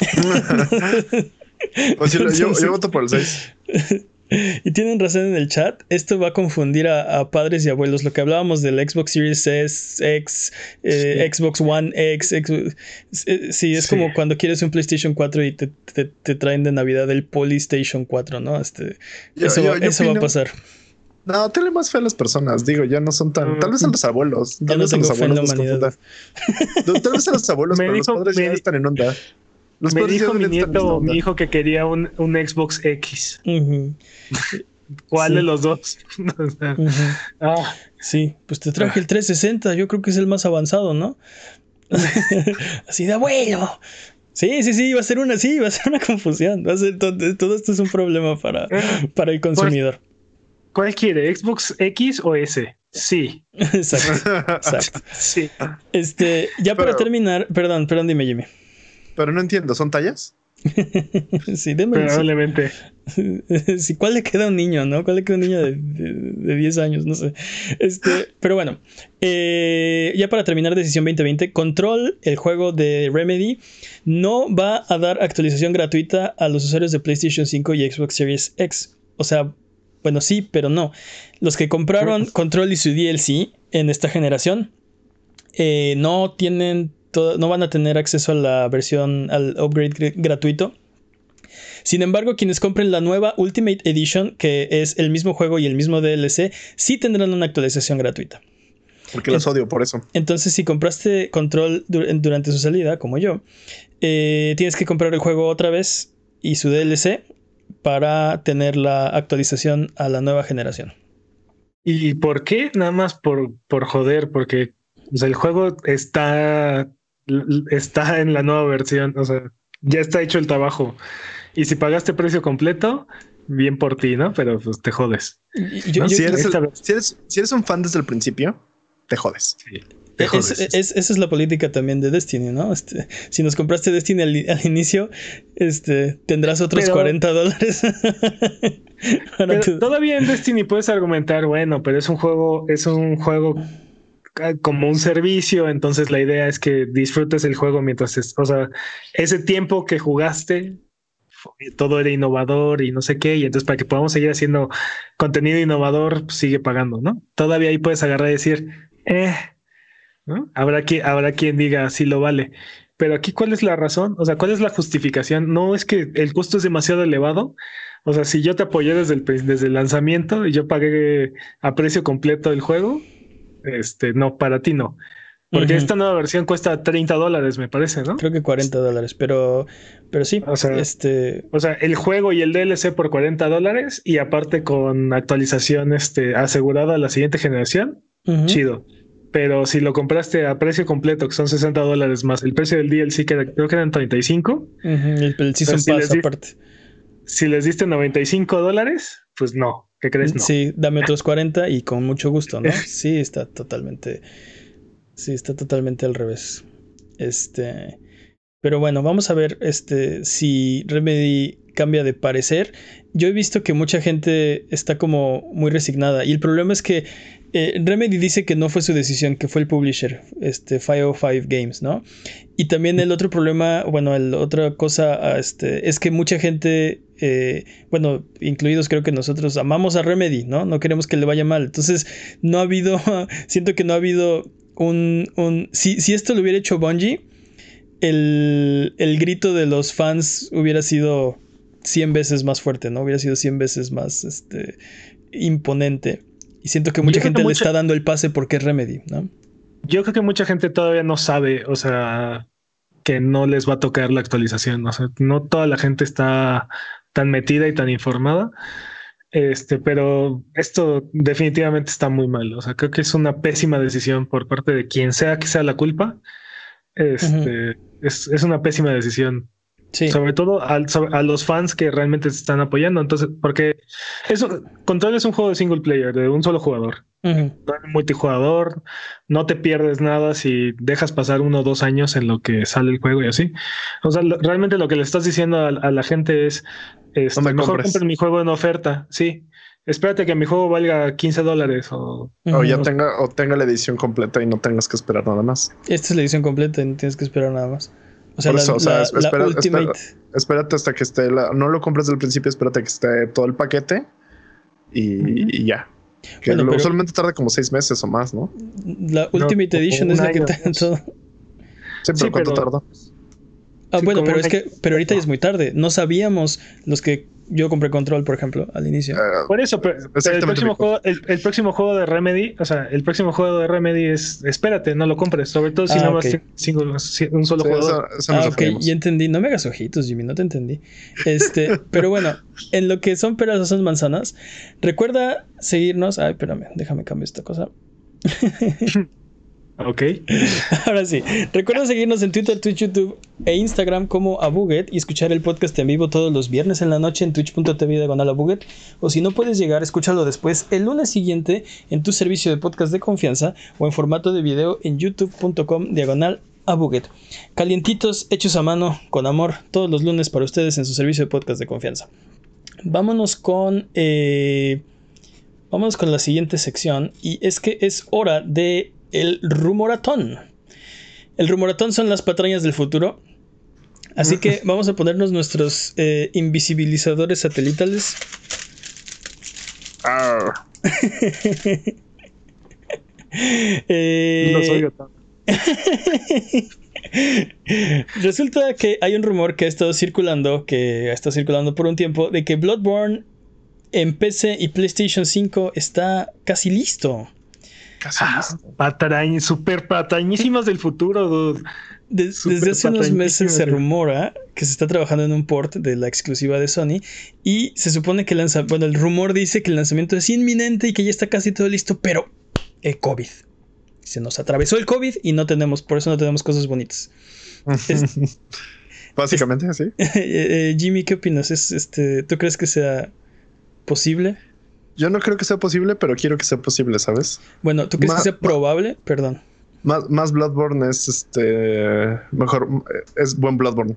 pues sí, yo, Entonces- yo voto por el seis. Y tienen razón en el chat. Esto va a confundir a, a padres y abuelos. Lo que hablábamos del Xbox Series S, X, eh, Sí. Xbox One X. Xbox- eh, sí, es Sí. como cuando quieres un PlayStation cuatro y te, te- te traen de Navidad el Polystation cuatro, ¿no? Este, Yo- eso yo- va, yo eso va a opino- pasar. No, tenle más fe a las personas. Digo, ya no son tan. Tal vez a los abuelos. Ya Tal no vez a los tengo fe en la abuelos los humanidad. confunda. No, tal vez a los abuelos, Me pero dijo- los padres ya me- están en onda. Los Me padres dijo ya mi están en nieto o onda. mi hijo que quería un, un Xbox X. Ujú, ¿Cuál Sí. de los dos? O sea, ujú. ah, Sí, pues te traje el trescientos sesenta. Yo creo que es el más avanzado, ¿no? Así de abuelo. Sí, sí, sí, va a ser una, sí, va a ser una confusión. Va a ser todo, todo esto es un problema para, para el consumidor. ¿cuál quiere? ¿Xbox X o S? Sí, Exacto, exacto. sí. Este, ya para Pero- terminar, perdón, perdón, dime, Jimmy. Pero no entiendo, ¿son tallas? Sí, deme. Probablemente. Sí, ¿cuál le queda a un niño, no? ¿Cuál le queda a un niño de, de, de diez años? No sé. Este, pero bueno, eh, ya para terminar, decisión veinte veinte, Control, el juego de Remedy, no va a dar actualización gratuita a los usuarios de PlayStation cinco y Xbox Series X. O sea, bueno, sí, pero no. Los que compraron Control y su D L C en esta generación eh, no tienen, todo, no van a tener acceso a la versión, al upgrade gr- gratuito. Sin embargo, quienes compren la nueva Ultimate Edition, que es el mismo juego y el mismo D L C, sí tendrán una actualización gratuita. Porque los odio por eso. Entonces, si compraste Control dur- durante su salida, como yo, eh, tienes que comprar el juego otra vez y su D L C para tener la actualización a la nueva generación. ¿Y por qué? Nada más por, por joder, porque o sea, el juego está, está en la nueva versión, o sea, ya está hecho el trabajo. Y si pagaste precio completo, bien por ti, ¿no? Pero pues te jodes. Y yo, ¿no? yo, Si eres, Esta el- vez- si eres, si eres un fan desde el principio, te jodes. sí, te es, jodes. es- esa es la política también de Destiny, ¿no? Este, si nos compraste Destiny al, al inicio, este, tendrás otros Pero- cuarenta dólares. Para Pero tu- todavía en Destiny puedes argumentar, bueno, pero es un juego, es un juego ca- como un servicio, entonces la idea es que disfrutes el juego mientras es, o sea, ese tiempo que jugaste, fue- todo era innovador y no sé qué, y entonces para que podamos seguir haciendo contenido innovador, pues, sigue pagando, ¿no? Todavía ahí puedes agarrar y decir, eh, ¿no? Habrá quien, habrá quien diga sí lo vale. Pero aquí, ¿cuál es la razón? O sea, ¿cuál es la justificación? No es que el costo es demasiado elevado. O sea, si yo te apoyé desde el, pri- desde el lanzamiento y yo pagué a precio completo el juego, este, no, para ti no. Porque Ujú. esta nueva versión cuesta treinta dólares, me parece, ¿no? Creo que cuarenta dólares, pero, pero sí, O sea, este, o sea, el juego y el D L C por cuarenta dólares y aparte con actualización este, asegurada a la siguiente generación, ujú, chido. Pero si lo compraste a precio completo, que son sesenta dólares más el precio del D L C, que era- creo que eran treinta y cinco, ujú, el, el o sea, Season si les, Pass di- aparte. si les diste noventa y cinco dólares, pues no. ¿Qué crees? No. Sí, dame otros cuarenta y con mucho gusto, ¿no? Sí, está totalmente, sí, está totalmente al revés. Este, pero bueno, vamos a ver este, si Remedy cambia de parecer. Yo he visto que mucha gente está como muy resignada y el problema es que eh, Remedy dice que no fue su decisión, que fue el publisher, este quinientos cinco Games, ¿no? Y también el otro problema, bueno, la otra cosa este, es que mucha gente, eh, bueno, incluidos creo que nosotros, amamos a Remedy, ¿no? No queremos que le vaya mal. Entonces, no ha habido, siento que no ha habido un... un si, si esto lo hubiera hecho Bungie, el, el grito de los fans hubiera sido cien veces más fuerte, ¿no? Hubiera sido cien veces más este, imponente. Y siento que mucha Yo creo gente que le mucha- está dando el pase porque es Remedy, ¿no? Yo creo que mucha gente todavía no sabe, o sea, que no les va a tocar la actualización. O sea, no toda la gente está tan metida y tan informada. Este, pero esto definitivamente está muy mal. O sea, creo que es una pésima decisión por parte de quien sea que sea la culpa. Este, uh-huh. es, es una pésima decisión. Sí. Sobre todo al, sobre, a los fans que realmente se están apoyando. Entonces, porque eso, Control es un juego de single player, de un solo jugador. Uh-huh. No hay multijugador, no te pierdes nada si dejas pasar uno o dos años en lo que sale el juego y así. O sea, lo, realmente lo que le estás diciendo a, a la gente es este, no mejor compren mi juego en oferta. Sí. Espérate que mi juego valga quince dólares o, uh-huh. o ya tenga o tenga la edición completa y no tengas que esperar nada más. Esta es la edición completa y no tienes que esperar nada más. O sea, Por la, eso, o sea, la, espera, la Ultimate. Espera, espérate hasta que esté la, no lo compres del principio, espérate que esté todo el paquete y, uh-huh. y ya. Que bueno, lo, pero, usualmente tarda como seis meses o más, ¿no? La Ultimate no, Edition es la que está en todo. Sí, pero sí, ¿cuánto pero... tardó? Ah, sí, bueno, pero es que, pero ahorita ya es muy tarde. No sabíamos los que yo compré Control, por ejemplo, al inicio. Uh, por eso, pero, pero el, próximo juego, el, el próximo juego de Remedy, o sea, el próximo juego de Remedy es, espérate, no lo compres, sobre todo si ah, no okay. más un solo sí, jugador. Eso, eso ah, ok, ya entendí. No me hagas ojitos, Jimmy, no te entendí. Este, pero bueno, en lo que son peras o son manzanas, recuerda seguirnos. Ay, espérame, déjame cambiar esta cosa. Ok. Ahora sí, recuerda seguirnos en Twitter, Twitch, YouTube e Instagram como Abuget y escuchar el podcast en vivo todos los viernes en la noche en twitch punto tv diagonal Abuget, o si no puedes llegar, escúchalo después el lunes siguiente en tu servicio de podcast de confianza o en formato de video en youtube punto com diagonal Abuget. Calientitos, hechos a mano, con amor, todos los lunes para ustedes en su servicio de podcast de confianza. Vámonos con eh, vámonos con la siguiente sección, y es que es hora de el rumoratón. El rumoratón son las patrañas del futuro. Así que vamos a ponernos nuestros eh, invisibilizadores satelitales. Ah. eh, no soy yo tanto. Resulta que hay un rumor que ha estado circulando, que ha estado circulando por un tiempo, de que Bloodborne en P C y PlayStation cinco está casi listo. caso. Ah, patrañ, super patrañísimas del futuro, dude. De, desde hace unos meses se rumora que se está trabajando en un port de la exclusiva de Sony y se supone que el lanza, bueno, el rumor dice que el lanzamiento es inminente y que ya está casi todo listo, pero el COVID. Se nos atravesó el COVID y no tenemos, por eso no tenemos cosas bonitas. Es, Básicamente, es, sí. Eh, Jimmy, ¿qué opinas? ¿Es, este, ¿Tú crees que sea posible? Yo no creo que sea posible, pero quiero que sea posible, ¿sabes? Bueno, ¿tú crees Ma- que sea probable? Perdón. Más, más Bloodborne es este mejor, es buen Bloodborne.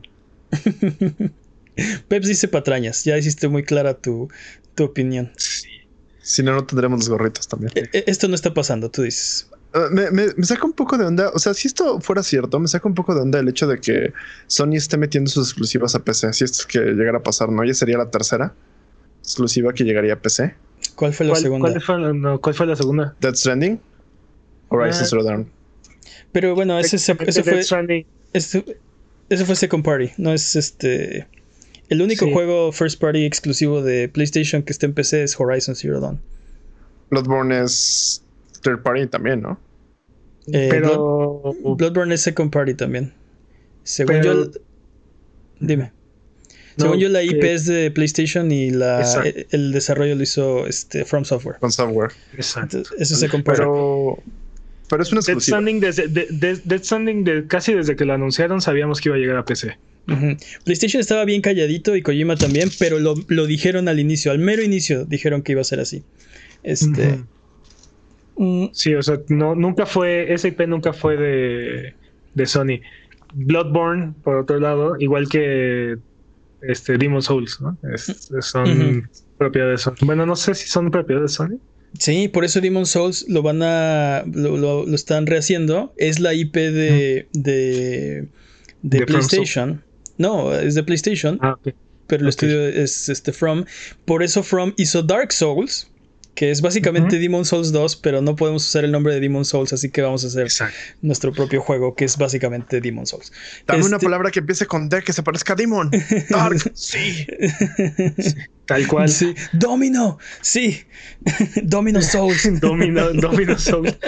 Peps dice patrañas. Ya hiciste muy clara tu, tu opinión. Sí. Si no, no tendremos los gorritos también. Eh, esto no está pasando, tú dices. Uh, me, me, me saca un poco de onda. O sea, si esto fuera cierto, me saca un poco de onda el hecho de que Sony esté metiendo sus exclusivas a P C. Si esto es que llegara a pasar, ¿no? Ya sería la tercera exclusiva que llegaría a P C. ¿Cuál fue la ¿Cuál, segunda? ¿cuál, fue, no, ¿Cuál fue la segunda? Death Stranding, Horizon Zero Dawn. Pero bueno, ese, ese, ese fue ese, ese fue Second Party. No es este. El único sí. juego First Party exclusivo de PlayStation que está en P C es Horizon Zero Dawn. Bloodborne es Third Party también, ¿no? Eh, pero Blood, Bloodborne es Second Party también. Según pero... yo. Dime. No, Según yo, la I P que... es de PlayStation y la, el, el desarrollo lo hizo este, From Software. From Software. Exacto. Entonces, eso se compara. Pero, pero es una exclusiva. Death Stranding, desde, de, de, Death Stranding de, casi desde que lo anunciaron sabíamos que iba a llegar a P C. Uh-huh. PlayStation estaba bien calladito y Kojima también, pero lo, lo dijeron al inicio, al mero inicio, dijeron que iba a ser así. Este. Uh-huh. Sí, o sea, no, nunca fue, esa I P nunca fue de, de Sony. Bloodborne, por otro lado, igual que este Demon's Souls, ¿no? Es, son uh-huh. propiedad de Sony. Bueno, no sé si son propiedad de Sony. Sí, por eso Demon's Souls lo van a lo, lo, lo están rehaciendo. Es la I P de uh-huh. de, de, de PlayStation. No, es de PlayStation. Ah, okay. Pero el okay. estudio es este From. Por eso From hizo Dark Souls, que es básicamente uh-huh. Demon's Souls dos, pero no podemos usar el nombre de Demon's Souls, así que vamos a hacer Exacto. nuestro propio juego, que es básicamente Demon's Souls. Dame este... una palabra que empiece con D que se parezca a Demon. Dark, sí. Tal cual. Sí. Domino, sí. Domino Souls. Domino, Domino Souls.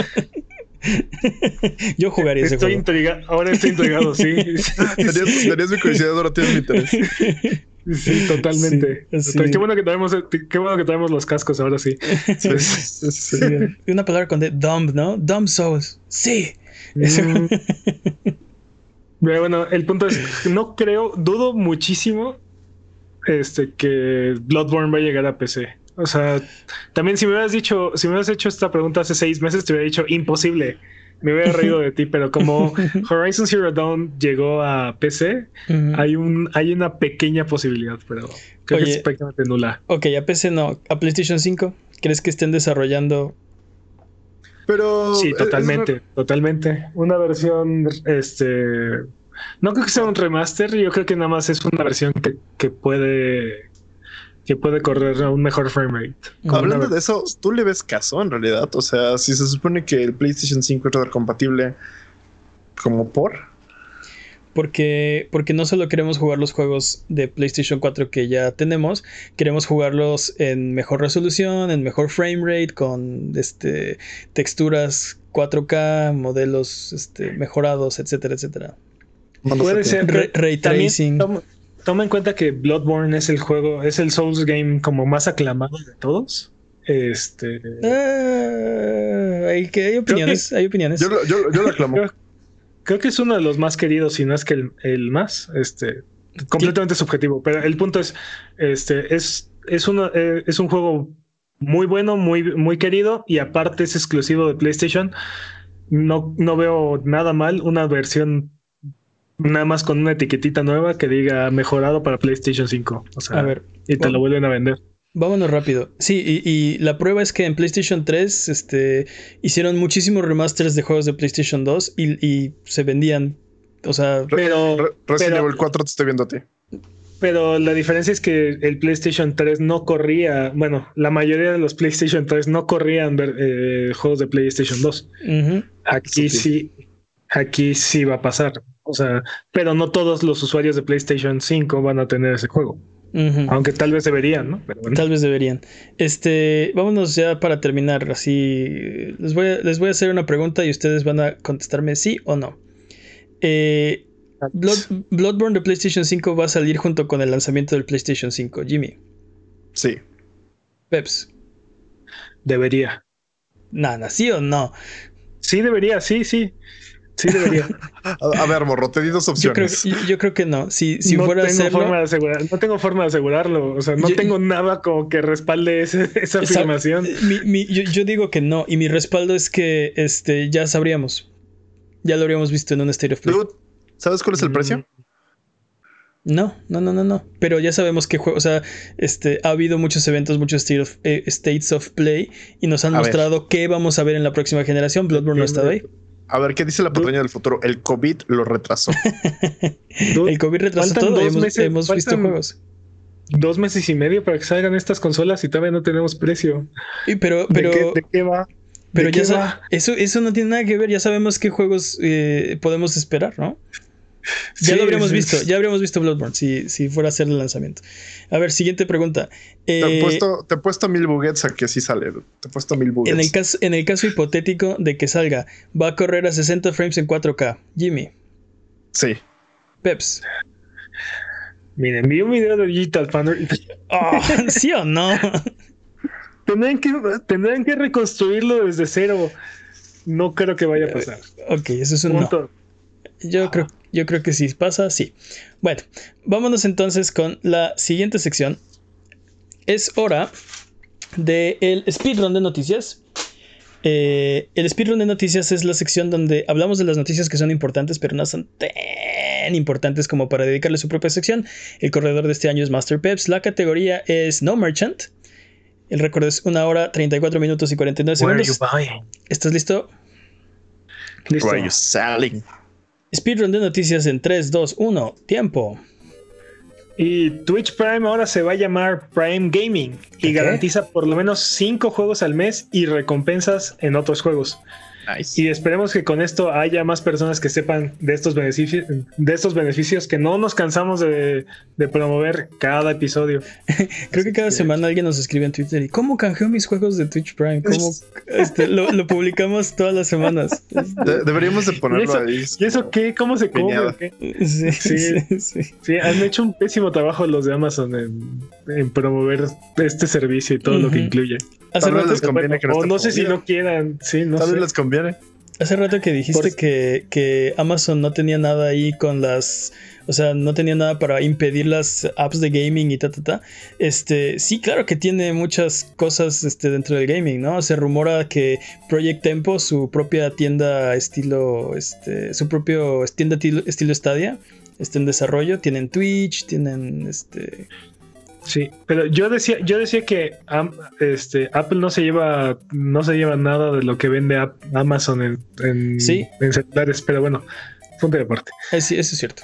Yo jugaría ese estoy juego. Intriga... Ahora estoy intrigado, sí. Tenías, tenías mi curiosidad, ahora tienes mi interés. Sí, totalmente. Sí, sí. Qué bueno que traemos, qué bueno que traemos los cascos ahora sí. Sí, sí, sí. Una palabra con D, dumb, ¿no? Dumb Souls. Sí. Mm. Pero bueno, el punto es, no creo, dudo muchísimo este que Bloodborne va a llegar a P C. O sea, también si me hubieras dicho, si me hubieras hecho esta pregunta hace seis meses, te hubiera dicho imposible. Me hubiera reído de ti, pero como Horizon Zero Dawn llegó a P C, uh-huh. hay un hay una pequeña posibilidad, pero creo Oye, que es prácticamente nula. Ok, a P C no. ¿A PlayStation cinco? ¿Crees que estén desarrollando? Pero sí, totalmente, es... totalmente. Una versión, este... no creo que sea un remaster, yo creo que nada más es una versión que, que puede... que puede correr a un mejor frame rate. Hablando de eso, ¿tú le ves caso en realidad? O sea, si se supone que el PlayStation cinco es retrocompatible, ¿como por? Porque, porque no solo queremos jugar los juegos de PlayStation cuatro que ya tenemos, queremos jugarlos en mejor resolución, en mejor frame rate, con este, texturas cuatro K, modelos este, mejorados, etcétera, etcétera. Puede ser Ray, ray tracing. Toma, toma en cuenta que Bloodborne es el juego, es el Souls game como más aclamado de todos. Este. Ah, hay, que, hay opiniones, que, hay opiniones. Yo, yo, yo lo aclamo. Creo, creo que es uno de los más queridos, si no es que el, el más, este, completamente ¿Qué? subjetivo. Pero el punto es, este, es, es, uno, eh, es un juego muy bueno, muy, muy querido y aparte es exclusivo de PlayStation. No, no veo nada mal una versión nada más con una etiquetita nueva que diga mejorado para PlayStation cinco. O sea, a ver, y te bueno, lo vuelven a vender. Vámonos rápido. Sí, y, y la prueba es que en PlayStation tres este, hicieron muchísimos remasters de juegos de PlayStation dos y, y se vendían. O sea, pero Resident Evil cuatro te estoy viendo a ti. Pero la diferencia es que el PlayStation tres no corría. Bueno, la mayoría de los PlayStation tres no corrían eh, juegos de PlayStation dos. Uh-huh. Aquí sí, aquí sí va a pasar. O sea, pero no todos los usuarios de PlayStation cinco van a tener ese juego. Ujú. Aunque tal vez deberían, ¿no? Pero bueno. Tal vez deberían. Este, vámonos ya para terminar. Así, les voy a, les voy a hacer una pregunta y ustedes van a contestarme sí o no. Eh, Blood- Bloodborne de PlayStation cinco va a salir junto con el lanzamiento del PlayStation cinco. Jimmy, Sí. Peps, Debería. nada, ¿sí o no? Sí, debería, sí, sí. Sí, debería. A, a ver, morro, te di dos Yo creo, opciones. yo, yo creo que no. Si, si no fuera a tengo hacerlo, forma de asegurar, no tengo forma de asegurarlo. O sea, no Yo- tengo nada como que respalde ese- esa esa- afirmación. mi- mi- yo, yo digo que no. Y mi respaldo es que este, ya sabríamos. Ya lo habríamos visto en un State of Play. Dude, ¿sabes cuál es el precio? No, no, no, no, no. Pero ya sabemos que juego, o sea, este, ha habido muchos eventos, muchos state of- eh, States of Play y nos han A ver. mostrado qué vamos a ver en la próxima generación. Bloodborne no ha estado ahí. A ver, ¿qué dice la patraña del futuro? El COVID lo retrasó. Dude, El COVID retrasó faltan todo y dos hemos, meses, hemos visto faltan- juegos. Dos meses y medio para que salgan estas consolas y todavía no tenemos precio. Y pero, ¿De, pero, qué, de qué va? pero ¿De ya qué sa- va? eso, eso no tiene nada que ver. Ya sabemos qué juegos eh, podemos esperar, ¿no? Ya Sí, lo habríamos es- visto, ya habríamos visto Bloodborne si, si fuera a hacer el lanzamiento. A ver, siguiente pregunta. Te Eh, he puesto, te he puesto mil buggets a que sí sale. Te he puesto mil buggets. en, el caso, en el caso hipotético de que salga, va a correr a sesenta frames en cuatro K. Jimmy, Sí. Peps. Miren, vi un video de Digital Foundry. Oh, ¿sí o no? Tendrán que, tendrán que reconstruirlo desde cero. No creo que vaya a pasar. Ok, eso es un no. Punto. Yo creo, yo creo que si pasa, sí. Bueno, vámonos entonces con la siguiente sección. Es hora del speedrun de noticias. Eh, el speedrun de noticias es la sección donde hablamos de las noticias que son importantes, pero no son tan importantes como para dedicarle su propia sección. El corredor de este año es Master Peps. La categoría es No Merchant. El récord es una hora, treinta y cuatro minutos y cuarenta y nueve Where are you segundos. buying? ¿Estás listo? Listo. Why are you selling? Speedrun de noticias en tres, dos, uno. Tiempo. Y Twitch Prime ahora se va a llamar Prime Gaming y ¿Qué? garantiza por lo menos cinco juegos al mes y recompensas en otros juegos. Nice. Y esperemos que con esto haya más personas que sepan de estos beneficios, de estos beneficios que no nos cansamos de, de promover cada episodio. Creo que cada que- semana alguien nos escribe en Twitter y ¿cómo canjeo mis juegos de Twitch Prime? ¿Cómo este, lo, lo publicamos todas las semanas? De- deberíamos de ¿Y ponerlo eso, ahí. ¿Y eso qué? ¿Cómo se come? Piñada. ¿O qué? Sí, Sí. sí, sí. Sí, han hecho un pésimo trabajo los de Amazon en, en promover este servicio y todo lo que Ujú. incluye. Hace Tal vez rato, les conviene que no o esté no sé si promovido. no quieran, sí, no Tal sé. vez les conviene. hace rato que dijiste Por- que, que Amazon no tenía nada ahí con las... O sea, no tenía nada para impedir las apps de gaming y ta, ta, ta. Este, sí, claro que tiene muchas cosas este, dentro del gaming, ¿no? Se rumora que Project Tempo, su propia tienda estilo... Este, su propio tienda estilo, estilo Stadia, está en desarrollo. Tienen Twitch, tienen... este Sí, pero yo decía, yo decía que am- este, Apple no se lleva, no se lleva nada de lo que vende Ap- Amazon en, en, Sí. en celulares, pero bueno, punto de aparte. eh, sí, eso es cierto.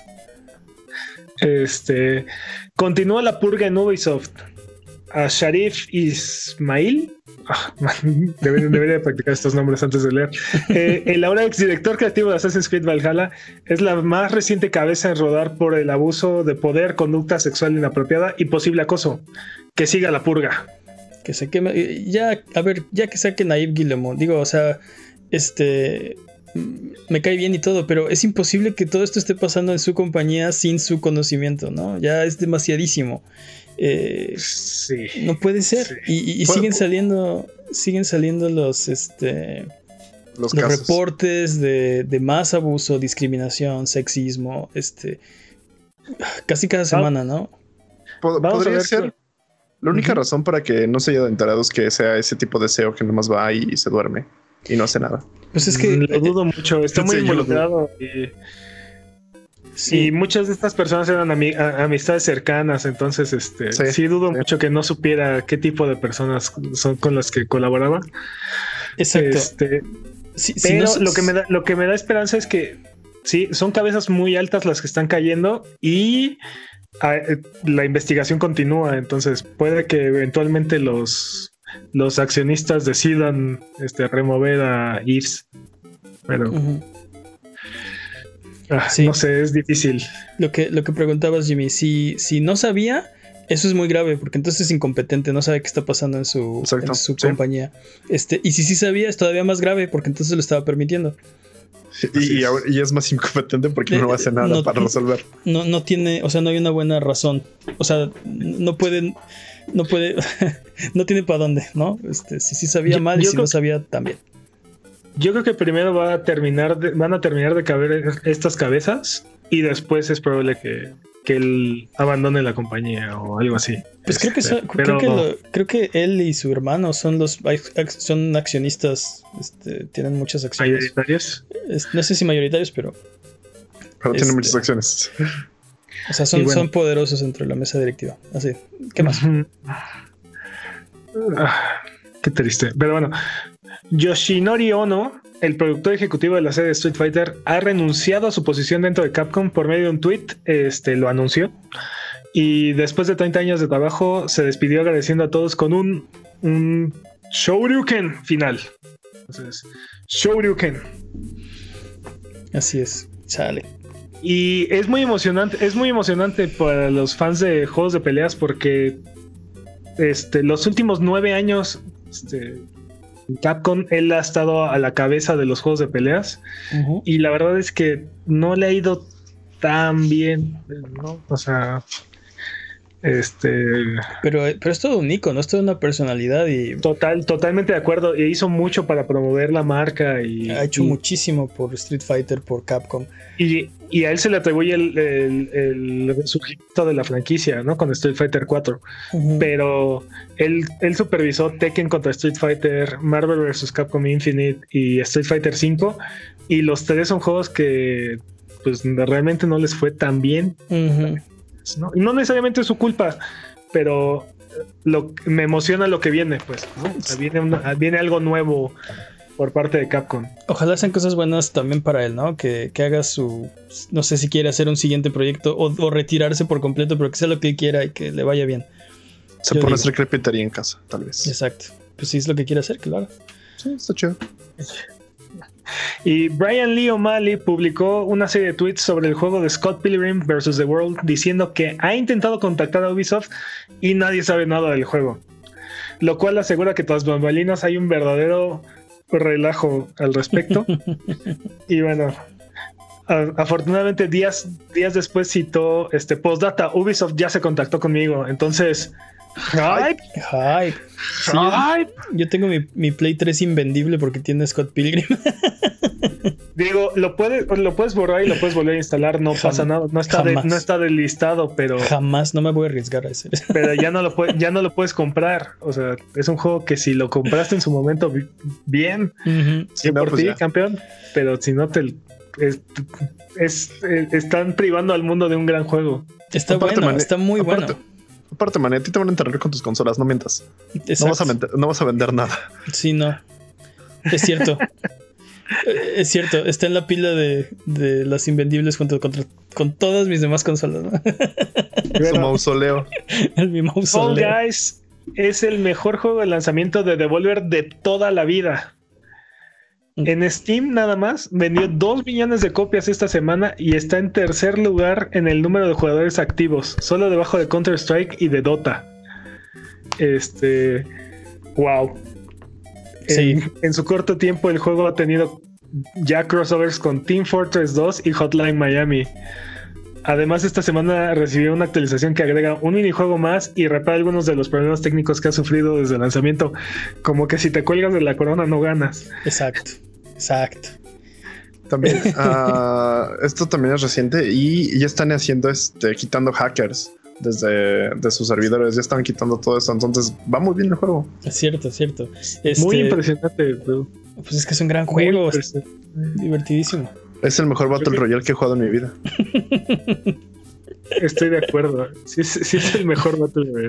Este continúa la purga en Ubisoft. A Sharif Ismail. Ah, man, debería, debería practicar estos nombres antes de leer. Eh, el ahora exdirector creativo de Assassin's Creed Valhalla es la más reciente cabeza en rodar por el abuso de poder, conducta sexual inapropiada y posible acoso. Que siga la purga. Que se queme. Ya, a ver, ya que saquen a Yves Guillemot. Digo, o sea, este. Me cae bien y todo, pero es imposible que todo esto esté pasando en su compañía sin su conocimiento, ¿no? Ya es demasiadísimo. Eh, Sí. no puede ser. Sí. Y, y- y Puede- siguen saliendo. Siguen saliendo los este. Los, Los casos. reportes de, de más abuso, discriminación, sexismo. Este. Casi cada semana, ¿no? Po- Vamos a podría ver ser. qué- La única Ujú. razón para que no se haya enterado es que sea ese tipo de S E O que nomás va y se duerme y no hace nada. Pues es que. Lo dudo mucho, está muy Sí, yo lo dudo. involucrado. Y, sí. y muchas de estas personas eran ami- a- amistades cercanas, entonces este sí, Sí, dudo sí. mucho que no supiera qué tipo de personas son con las que colaboraba. Exacto. Este, Si- si pero no- lo que me da, lo que me da esperanza es que sí, son cabezas muy altas las que están cayendo y ah, eh, la investigación continúa, entonces puede que eventualmente los los accionistas decidan este, remover a Irs. Pero Ujú. ah, Sí. no sé, es difícil. Lo que, lo que preguntabas, Jimmy, si, si no sabía, Eso es muy grave, porque entonces es incompetente, no sabe qué está pasando en su, en su sí. compañía. Este, y si sí sabía, es todavía más grave, porque entonces lo estaba permitiendo. Y, y, y es más incompetente porque eh, no hace nada no, para resolver. No, no tiene, o sea, no hay una buena razón. O sea, no pueden, no puede, no tiene para dónde, ¿no? Este, si sí sabía yo, mal y si no sabía también. Yo creo que primero va a terminar de, van a terminar de caber estas cabezas y después es probable que, que él abandone la compañía o algo así. Pues creo que, son, pero... creo, que lo, creo que él y su hermano son los son accionistas, este, tienen muchas acciones. ¿Mayoritarios? Es, no sé si mayoritarios, pero... Pero este, tienen muchas acciones. O sea, son, bueno. son poderosos dentro de la mesa directiva. Así, ¿qué más? Ah, qué triste. Pero bueno, Yoshinori Ono, el productor ejecutivo de la serie Street Fighter, ha renunciado a su posición dentro de Capcom por medio de un tweet. Este, lo anunció. Y después de treinta años de trabajo, se despidió agradeciendo a todos con un, un Shoryuken final. Entonces, Shoryuken. Así es, sale. Y es muy emocionante, es muy emocionante para los fans de juegos de peleas porque este, los últimos nueve años este, Capcom, él ha estado a la cabeza de los juegos de peleas. Uh-huh. Y la verdad es que no le ha ido tan bien, ¿no? O sea... Este... Pero, pero es todo un icono, es toda una personalidad y... Total, totalmente de acuerdo. E hizo mucho para promover la marca y... Ha hecho y, muchísimo por Street Fighter, por Capcom. Y, y a él se le atribuye el, el, el resurgimiento de la franquicia, ¿no? Con Street Fighter cuatro. Uh-huh. Pero él, él supervisó Tekken contra Street Fighter, Marvel versus. Capcom Infinite y Street Fighter cinco. Y los tres son juegos que pues realmente no les fue tan bien. Uh-huh. ¿no? Y no necesariamente es su culpa, pero lo, me emociona lo que viene, pues, ¿no? O sea, viene, una, viene algo nuevo por parte de Capcom. Ojalá sean cosas buenas también para él, ¿no? Que, que haga su... No sé si quiere hacer un siguiente proyecto o, o retirarse por completo, pero que sea lo que él quiera y que le vaya bien. Se pone a hacer crepitería en casa, tal vez. Exacto. Pues si es lo que quiere hacer, que lo haga. Sí, está chido. Y Brian Lee O'Malley publicó una serie de tweets sobre el juego de Scott Pilgrim versus. The World diciendo que ha intentado contactar a Ubisoft y nadie sabe nada del juego, lo cual asegura que tras bambalinas hay un verdadero relajo al respecto. Y bueno, a, afortunadamente días, días después citó este postdata, Ubisoft ya se contactó conmigo, entonces hype, hype. Sí, hype. Yo, yo tengo mi, mi Play tres invendible porque tiene Scott Pilgrim. Digo, lo puedes, lo puedes borrar y lo puedes volver a instalar, no Jam- pasa nada, no está, de, no está delistado, pero jamás, no me voy a arriesgar a eso. Pero ya no lo puede, ya no lo puedes comprar, o sea, es un juego que si lo compraste en su momento bien, uh-huh. sí, no, por pues ti, ya. Campeón, pero si no te es, es, es, están privando al mundo de un gran juego. Está aparte, bueno, man, está muy aparte, bueno. Aparte, man, a ti te van a enterrar con tus consolas, no mientas. No vas, a vender, no vas a vender nada. Sí, no. Es cierto. Es cierto, está en la pila de, de las invendibles junto con, con todas mis demás consolas, ¿no? Su mausoleo. El mi mausoleo. Fall Guys es el mejor juego de lanzamiento de Devolver de toda la vida. En Steam nada más vendió dos millones de copias esta semana y está en tercer lugar en el número de jugadores activos, solo debajo de Counter-Strike y de Dota. Este... Wow. Sí. En, en su corto tiempo el juego ha tenido ya crossovers con Team Fortress dos y Hotline Miami. Además, esta semana recibió una actualización que agrega un minijuego más y repara algunos de los problemas técnicos que ha sufrido desde el lanzamiento, como que si te cuelgas de la corona no ganas. Exacto, exacto. También uh, esto también es reciente y ya están haciendo este quitando hackers desde de sus servidores, ya están quitando todo eso, entonces va muy bien el juego. Es cierto, es cierto. Este, muy impresionante, bro. Pues es que es un gran juego, es divertidísimo. Es el mejor Battle Royale que he jugado en mi vida. Estoy de acuerdo. Sí, sí es el mejor Battle Royale.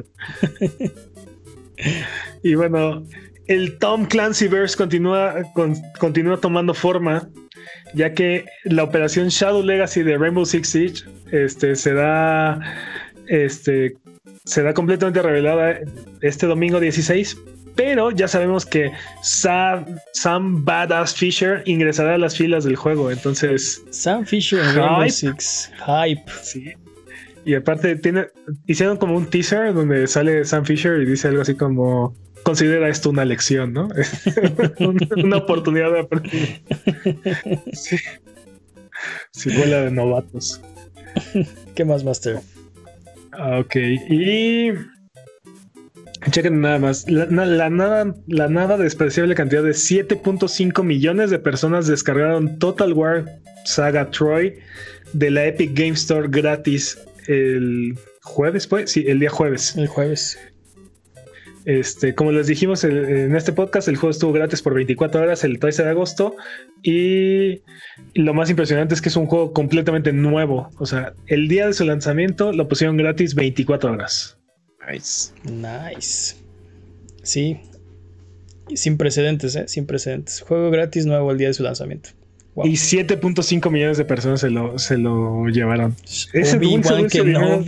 Y bueno, el Tom Clancyverse continúa, con, continúa tomando forma, ya que la operación Shadow Legacy de Rainbow Six Siege este, se da... Este, será completamente revelada este domingo dieciséis, pero ya sabemos que Sam, Sam Badass Fisher ingresará a las filas del juego, entonces Sam Fisher en Rainbow Six, hype. Sí. Y aparte tiene, hicieron como un teaser donde sale Sam Fisher y dice algo así como considera esto una lección, ¿no? Una oportunidad de aprender. Sí. Sí, bola de novatos. ¿Qué más, Master? Ah, ok. Y chequen nada más. La, la, nada, la nada despreciable cantidad de siete punto cinco millones de personas descargaron Total War Saga Troy de la Epic Game Store gratis el jueves, pues. Sí, el día jueves. El jueves. Este, como les dijimos el, en este podcast, el juego estuvo gratis por veinticuatro horas el trece de agosto y lo más impresionante es que es un juego completamente nuevo. O sea, el día de su lanzamiento lo pusieron gratis veinticuatro horas. Nice. Nice. Sí. Sin precedentes, ¿eh? Sin precedentes. Juego gratis nuevo el día de su lanzamiento. Wow. Y siete punto cinco millones de personas se lo, se lo llevaron. Ese dulce, dulce dinero,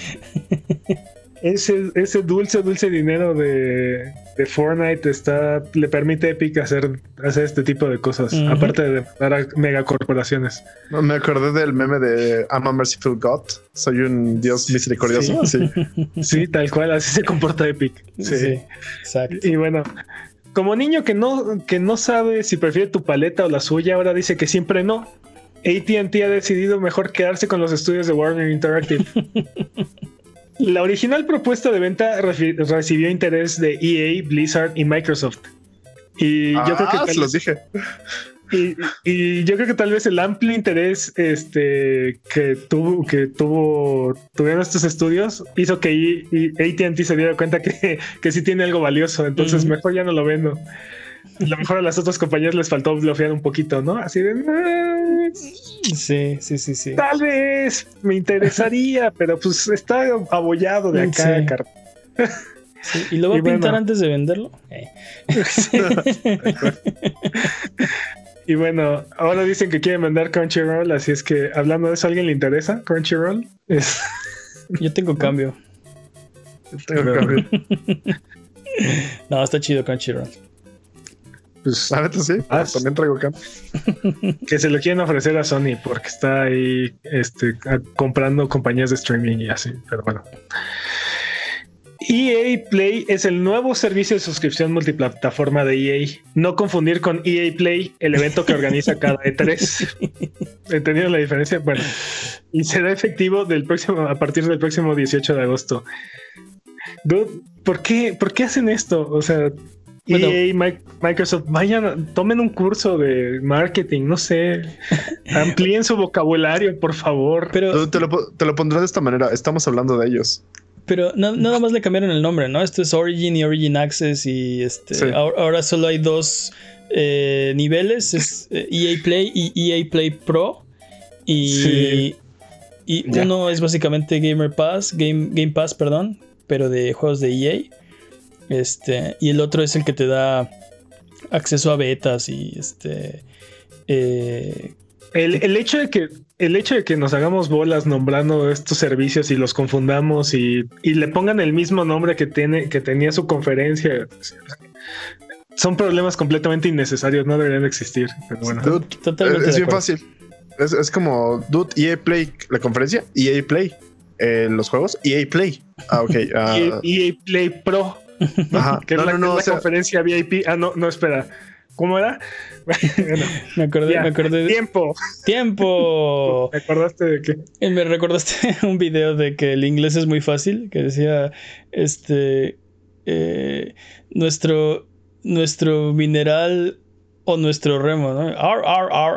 ese, ese dulce, dulce dinero de, de Fortnite está, le permite a Epic hacer, hacer este tipo de cosas. Uh-huh. Aparte de dar a megacorporaciones. Me acordé del meme de I'm a merciful God. Soy un dios misericordioso. Sí, sí. Sí, tal cual. Así se comporta Epic. Sí, sí, exacto. Y bueno, como niño que no, que no sabe si prefiere tu paleta o la suya, ahora dice que siempre no. A T and T ha decidido mejor quedarse con los estudios de Warner Interactive. La original propuesta de venta re- recibió interés de E A, Blizzard y Microsoft. Y ah, yo creo que tal se los vez, dije. Y, y yo creo que tal vez el amplio interés este, que tuvo, que tuvo, tuvieron estos estudios hizo que A T and T se diera cuenta que, que sí tiene algo valioso. Entonces, uh-huh. mejor ya no lo vendo. A lo mejor a las otras compañías les faltó blofear un poquito, ¿no? Así de... Sí, sí, sí, sí. Tal vez me interesaría, pero pues está abollado de acá, sí. Car- sí, ¿y lo va y a pintar bueno. antes de venderlo? Eh. Sí. Y bueno, ahora dicen que quieren vender Crunchyroll, así es que hablando de eso, ¿a alguien le interesa Crunchyroll? Es... Yo tengo cambio. Yo tengo cambio. No, está chido Crunchyroll. Pues a ver, sí, ah, también traigo cambio. Que se lo quieren ofrecer a Sony porque está ahí este, comprando compañías de streaming y así, pero bueno. E A Play es el nuevo servicio de suscripción multiplataforma de E A. No confundir con E A Play, el evento que organiza cada E tres. ¿Entendieron la diferencia? Bueno, y será efectivo del próximo, a partir del próximo dieciocho de agosto. Dude, ¿por qué, ¿por qué hacen esto? O sea, bueno, E A, Microsoft, vayan, tomen un curso de marketing, no sé, amplíen su vocabulario, por favor. Pero te lo, te lo pondré de esta manera, estamos hablando de ellos. Pero no, nada más le cambiaron el nombre, ¿no? Esto es Origin y Origin Access y este sí. ahora, ahora solo hay dos eh, niveles, es eh, E A Play y E A Play Pro. Y, sí. y uno es básicamente Gamer Pass, Game, Game Pass, perdón, pero de juegos de E A. Este, y el otro es el que te da acceso a betas y este eh, el, el hecho de que el hecho de que nos hagamos bolas nombrando estos servicios y los confundamos y, y le pongan el mismo nombre que tiene que tenía su conferencia son problemas completamente innecesarios, no deberían existir. Pero bueno. Dude, es, es bien fácil. Es, es como dude, E A Play la conferencia, E A Play eh, los juegos, E A Play. Ah, ok. Uh... E A Play Pro. Ajá. Que no, es la, no, no, es la o sea... conferencia V I P. Ah, no, no, espera. ¿Cómo era? Bueno, me acordé, ya. me acordé de... Tiempo. Tiempo. ¿Me acordaste de qué? Me recordaste un video de que el inglés es muy fácil, que decía, este, eh, nuestro, nuestro mineral o nuestro remo, ¿no? Ar, ar, ar,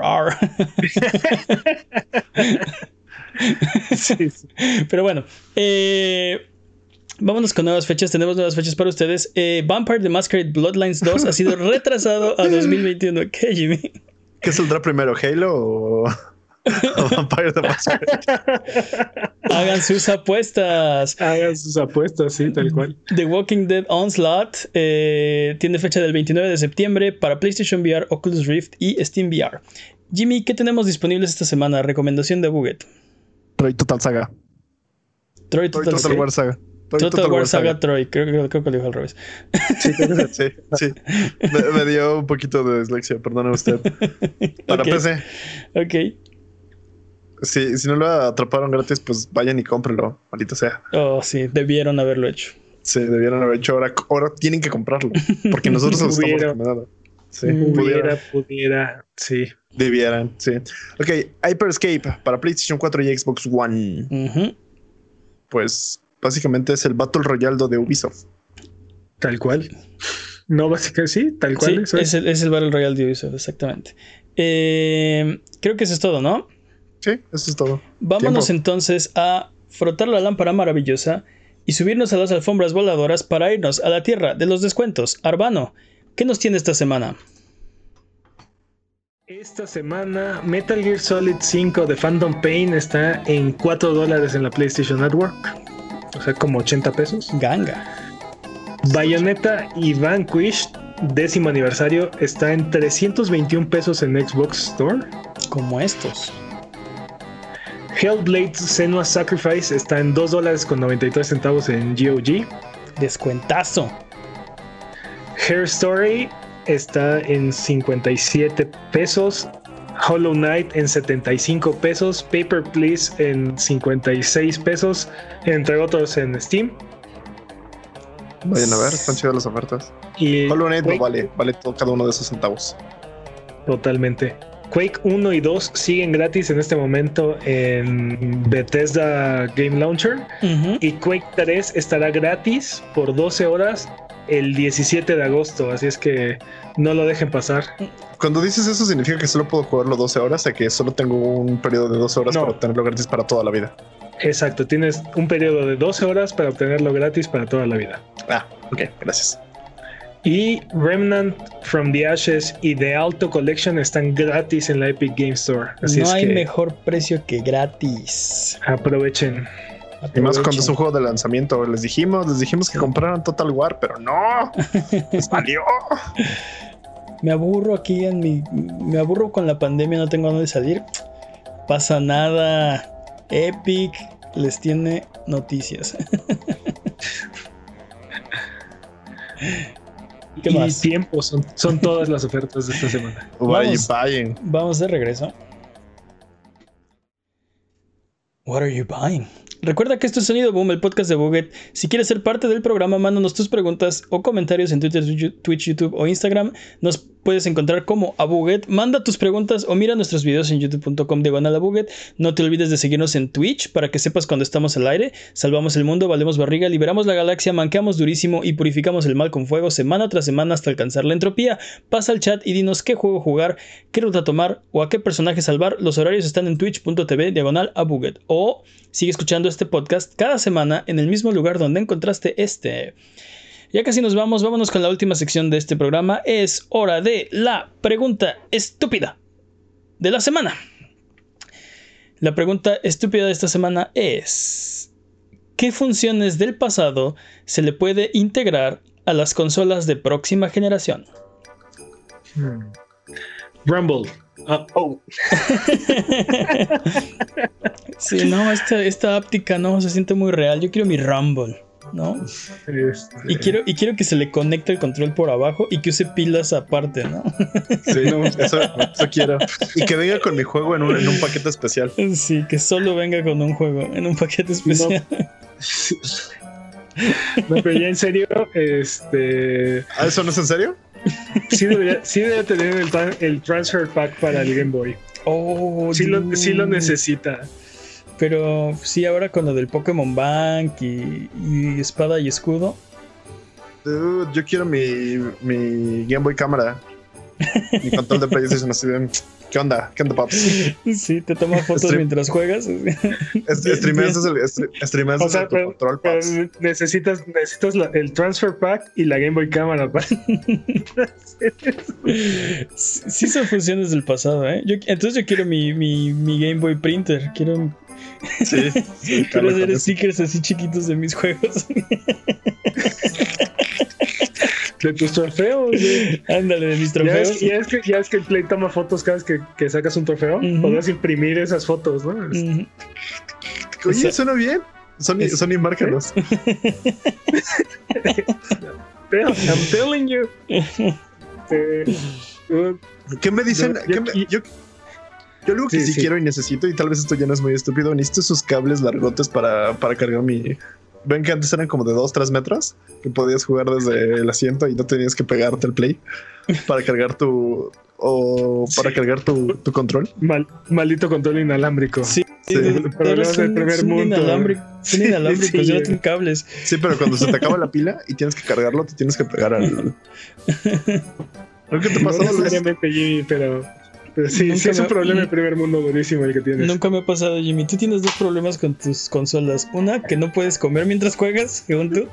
ar. Sí, sí. Pero bueno, eh... vámonos con nuevas fechas. Tenemos nuevas fechas para ustedes. Eh, Vampire the Masquerade Bloodlines dos ha sido retrasado a dos mil veintiuno. ¿Qué, Jimmy? ¿Qué saldrá primero, Halo o, o Vampire the Masquerade? Hagan sus apuestas. Hagan sus apuestas, sí, tal cual. The Walking Dead Onslaught eh, tiene fecha del veintinueve de septiembre para PlayStation V R, Oculus Rift y Steam V R. Jimmy, ¿qué tenemos disponibles esta semana? Recomendación de Buget. Troy Total Saga. Troy Total, Troy Total War Saga. Total, Total War Saga, Saga Troy, creo, creo, creo que lo dijo al revés. Sí, sí, sí. Me, me dio un poquito de dislexia, perdone usted. Para okay. P C. Ok. si, si no lo atraparon gratis, pues vayan y cómprenlo, maldita sea. Oh, sí, debieron haberlo hecho. Sí, debieron haber hecho. Ahora, ahora tienen que comprarlo, porque nosotros los estamos recomendando. Sí, pudiera, pudiera, sí. Debieran, sí. Ok, Hyper Escape para PlayStation cuatro y Xbox One. Uh-huh. Pues básicamente es el Battle Royale de Ubisoft. Tal cual. No, básicamente sí, tal cual. Sí, eso es, es. el, es el Battle Royale de Ubisoft, exactamente. Eh, creo que eso es todo, ¿no? Sí, eso es todo. Vámonos Tiempo. entonces a frotar la lámpara maravillosa y subirnos a las alfombras voladoras para irnos a la tierra de los descuentos. Arbano, ¿qué nos tiene esta semana? Esta semana Metal Gear Solid cinco de Phantom Pain está en cuatro dólares en la PlayStation Network. O sea, como ochenta pesos. Ganga. Bayonetta y Vanquish, décimo aniversario, está en trescientos veintiún pesos en Xbox Store. Como estos. Hellblade Senua's Sacrifice está en dos dólares con noventa y tres centavos en G O G. Descuentazo. Her Story está en cincuenta y siete pesos. Hollow Knight en setenta y cinco pesos. Paper Please en cincuenta y seis pesos, entre otros en Steam. Vayan a ver, están chidas las ofertas. Y Hollow Knight no Quake, vale, vale todo, cada uno de esos centavos. Totalmente. Quake uno y dos siguen gratis en este momento en Bethesda Game Launcher. Uh-huh. Y Quake tres estará gratis por doce horas el diecisiete de agosto. Así es que no lo dejen pasar. Cuando dices eso, significa que solo puedo jugarlo doce horas, o que solo tengo un periodo de doce horas No. para obtenerlo gratis para toda la vida. Exacto, tienes un periodo de doce horas para obtenerlo gratis para toda la vida. Ah, ok, gracias. Y Remnant from the Ashes y The Alto Collection están gratis en la Epic Game Store. Así no es hay que mejor precio que gratis. aprovechen. Y más cuando es un juego de lanzamiento. Les dijimos, les dijimos que compraran Total War, pero no. Les valió. Me aburro aquí en mi... Me aburro con la pandemia, no tengo dónde salir. Pasa nada. Epic les tiene noticias. ¿Qué y más? tiempo son, son todas las ofertas de esta semana. Vayan, Vamos. vayan. Vamos de regreso. What are you buying? Recuerda que esto es Sonido Boom, el podcast de Buget. Si quieres ser parte del programa, mándanos tus preguntas o comentarios en Twitter, Twitch, YouTube o Instagram. Nos puedes encontrar como a Buget. Manda tus preguntas o mira nuestros videos en youtube punto com diagonal a Buget. No te olvides de seguirnos en Twitch para que sepas cuando estamos al aire. Salvamos el mundo, valemos barriga, liberamos la galaxia, manqueamos durísimo y purificamos el mal con fuego semana tras semana hasta alcanzar la entropía. Pasa al chat y dinos qué juego jugar, qué ruta tomar o a qué personaje salvar. Los horarios están en twitch punto tv diagonal a Buget. O sigue escuchando este podcast cada semana en el mismo lugar donde encontraste este. Ya casi nos vamos, vámonos con la última sección de este programa. Es hora de la pregunta estúpida de la semana. La pregunta estúpida de esta semana es: ¿qué funciones del pasado se le puede integrar a las consolas de próxima generación? Hmm. Rumble. Uh, oh. Sí, no, esta, esta áptica no se siente muy real. Yo quiero mi Rumble, ¿no? Este... Y quiero, y quiero que se le conecte el control por abajo y que use pilas aparte, ¿no? Sí, no, eso, eso quiero. Y que venga con mi juego en un, en un paquete especial. Sí, que solo venga con un juego en un paquete especial. No. No, pero ya en serio, este... ¿Ah, eso no es en serio? Sí debería, sí debería tener el, tra- el transfer pack para el Game Boy. Oh, Sí lo, sí lo necesita. Pero sí, ahora con lo del Pokémon Bank y, y espada y escudo. Dude, yo quiero mi, mi Game Boy cámara. Mi control de PlayStation así de... ¿Qué onda? ¿Qué onda, paps? Sí, te toma fotos Stream. mientras juegas. Est- Streameas desde el, est- streameas O desde sea, tu pero, control, pero paps. necesitas, necesitas la- el transfer pack y la Game Boy cámara para Sí son funciones del pasado, ¿eh? Yo, entonces yo quiero mi, mi, mi Game Boy Printer. Quiero, Sí, sí, quiero claro, hacer con eso. stickers así chiquitos de mis juegos. de tus trofeos. güey. Ándale, de mis Ya trofeos. es, ya, es que, ya es que el Play toma fotos cada vez que, que sacas un trofeo. Ujú. Podrás imprimir esas fotos, ¿no? Ujú. Oye, Esa- suena bien. Sony, es- Sony, márcanos. I'm telling you. Eh, uh, ¿Qué me dicen? Yo- ¿Qué yo- me- yo, Yo algo que sí, Sí, sí sí. quiero y necesito, y tal vez esto ya no es muy estúpido, necesito esos cables largotes para, para cargar mi... Ven que antes eran como de dos, tres metros, que podías jugar desde el asiento y no tenías que pegarte el play para cargar tu... o para Sí. cargar tu, tu control. Mal, maldito control inalámbrico. Sí, Sí. dude, Problemas ahora del son, primer son mundo. inalámbricos, son inalámbricos, Sí, ya no eh. tienen cables. Sí, pero cuando se te acaba la pila y tienes que cargarlo, te tienes que pegar al... ¿Qué te No pasó, Luis? necesariamente, Jimmy, pero, pero sí, Nunca sí es un me- problema de primer mundo buenísimo el que tienes. Nunca me ha pasado, Jimmy. Tú tienes dos problemas con tus consolas. Una, que no puedes comer mientras juegas, según tú.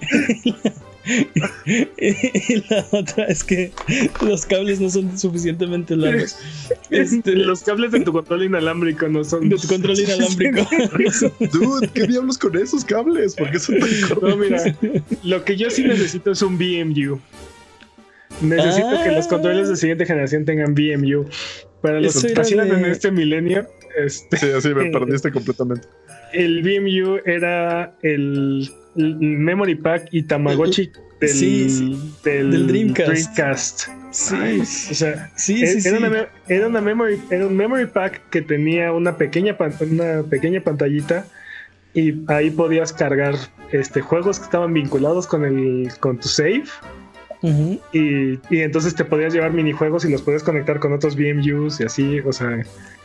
Y la otra es que los cables no son suficientemente largos. Este, Los cables de tu control inalámbrico no son de tu control inalámbrico. Dude, ¿qué diablos con esos cables? ¿Por qué son tan cortos? No, mira, lo que yo sí necesito es un V M U. Necesito Ah. que los controles de siguiente generación tengan V M U. Para los Eso que era nacieron de- en este milenio, este, Sí, así me perdiste completamente. el V M U era el, el memory pack y Tamagotchi del, Sí, sí, del, del Dreamcast. Dreamcast. Sí, O sea, sí, era, sí, era sí. Una, me- era una memory, era un memory pack que tenía una pequeña, pan- una pequeña pantallita y ahí podías cargar este, juegos que estaban vinculados con, el, con tu save. Ujú. Y, y entonces te podías llevar minijuegos y los podías conectar con otros V M Us y así, o sea,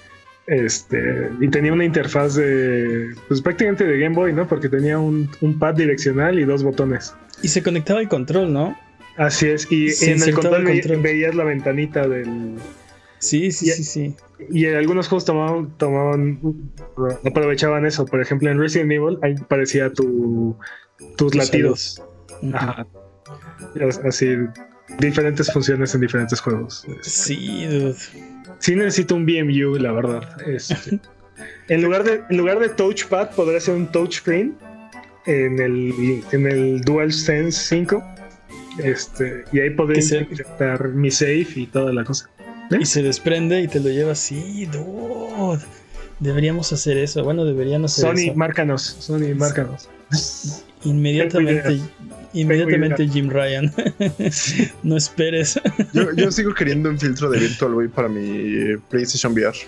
este, y tenía una interfaz de, pues prácticamente de Game Boy, ¿no? Porque tenía un, un pad direccional y dos botones. Y se conectaba al control, ¿no? Así es, y Se en el insertaba control, el ve- control. veías la ventanita del... Sí, sí, Y- sí, sí. Y en algunos juegos tomaban, tomaban, aprovechaban eso. Por ejemplo, en Resident Evil ahí parecía tu, tus Tus latidos. Ujú. Ajá. Es- Así, diferentes funciones en diferentes juegos. Sí, dude. Sí necesito un V M U, la verdad. Este, en lugar de en lugar de touchpad podría ser un touchscreen en el en el DualSense cinco. Este, y ahí podría Que se- insertar mi save y toda la cosa. Y se desprende y te lo llevas. Sí, dude. Deberíamos hacer eso. Bueno, deberían hacer Sony, eso. márcanos. Sony, márcanos. Inmediatamente, Tengo inmediatamente Jim Ryan. No esperes. Yo, yo sigo queriendo un filtro de Virtual Boy para mi PlayStation V R.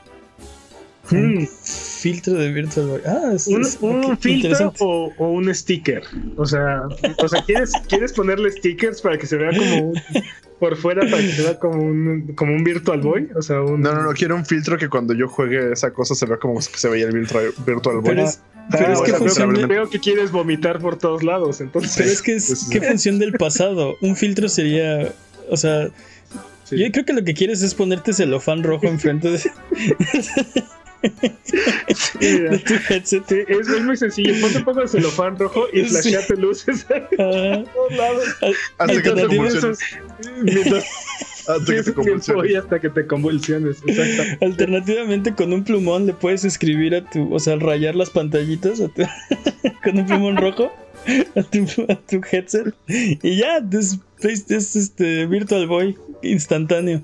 Mm, Filtro de Virtual Boy. Ah, es, un es- un ok, filtro interesante. o, o un sticker. O sea, o sea ¿quieres, ¿quieres ponerle stickers para que se vea como un, por fuera, para que se vea como un, como un Virtual Boy? O sea, un, No, no, no, quiero un filtro que cuando yo juegue esa cosa se vea como que se veía el Virtual, Virtual Boy. Pero es, Ah, pero es que bueno, función veo, de- veo que quieres vomitar por todos lados, entonces. pero es que es Sí, sí, sí. qué función del pasado. Un filtro sería, o sea, Sí. yo creo que lo que quieres es ponerte celofán rojo enfrente de, Sí, mira. de tu headset. Sí, es, es muy sencillo. Ponte un poco de celofán rojo y Sí. flasheate luces a Ah, todos lados. Hasta que te alternativa- convulsiones. Mientras Hasta que tienes te tiempo y convulsiones. hasta que te convulsiones. Exacto. Alternativamente, con un plumón le puedes escribir a tu, o sea, rayar las pantallitas a tu- con un plumón rojo a tu, a tu headset y ya, es, es este Virtual Boy instantáneo.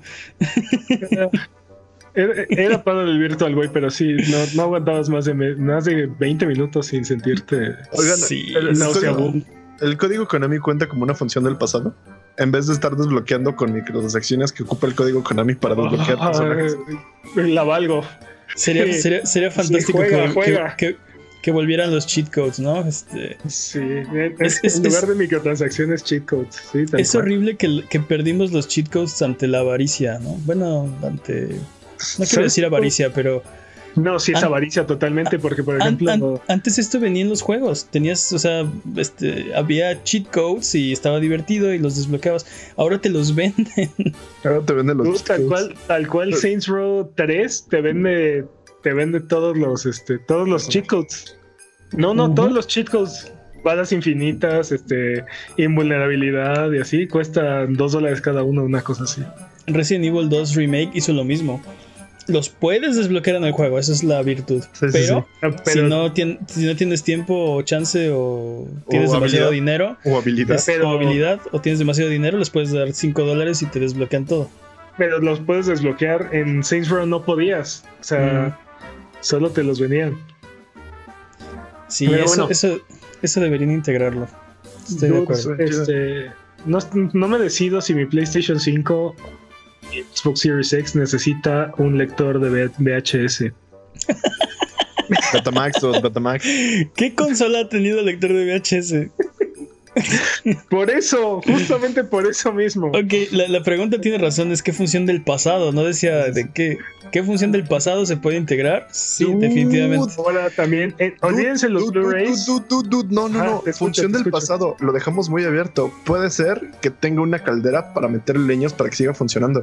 Era, era padre el Virtual Boy, pero sí, no, no aguantabas más de, me- más de veinte minutos sin sentirte Oigan, Sí, el, el nauseabundo. código, el código Konami cuenta como una función del pasado. En vez de estar desbloqueando con microtransacciones que ocupa el código Konami para desbloquear personajes. Ah, la valgo. Sería, Sí. sería, sería fantástico juega, que, juega. que- que- que volvieran los cheat codes, ¿no? Este, Sí, en, Es- es- en lugar es- de microtransacciones, cheat codes. Sí, tal es cual. horrible que, que perdimos los cheat codes ante la avaricia, ¿no? Bueno, ante... No quiero ¿Sabes? decir avaricia, pero... No, sí es An- avaricia totalmente, porque por An- ejemplo. an- antes esto venía en los juegos. Tenías, o sea, este, había cheat codes y estaba divertido y los desbloqueabas. Ahora te los venden. Ahora te venden Tú, los tal cheat cual, codes. tal cual Saints Row tres te vende, te vende todos los, este, todos los cheat codes. No, no, Ujú. todos los cheat codes. Balas infinitas, este, invulnerabilidad y así, cuestan dos dólares cada uno, una cosa así. Resident Evil dos Remake hizo lo mismo. Los puedes desbloquear en el juego, esa es la virtud. Sí, sí, pero, Ah, Si, Pero, no tien- si no tienes tiempo o chance o tienes demasiado habilidad. dinero, O habilidad. es- Pero- o habilidad, o tienes demasiado dinero, les puedes dar cinco dólares y te desbloquean todo. pero los puedes desbloquear. En Saints Row no podías. O sea, solo te los venían. Sí, Pero eso, bueno. eso, eso deberían integrarlo. Estoy de Dudes, acuerdo. este, no, no me decido si mi PlayStation cinco Xbox Series X necesita un lector de V H S. Betamax, dude, Betamax. ¿Qué consola ha tenido lector de V H S? Por eso, justamente por eso mismo. Ok, la, la pregunta tiene razón, es qué función del pasado, no decía de qué. ¿Qué función del pasado se puede integrar? Sí, Dude, definitivamente. Ahora también, eh, olvídense los Dude, Blu-rays. dude, dude, dude, dude, No, no, Ah, no. te escucho, Función te del escucho. pasado. Lo dejamos muy abierto. Puede ser que tenga una caldera para meter leños para que siga funcionando.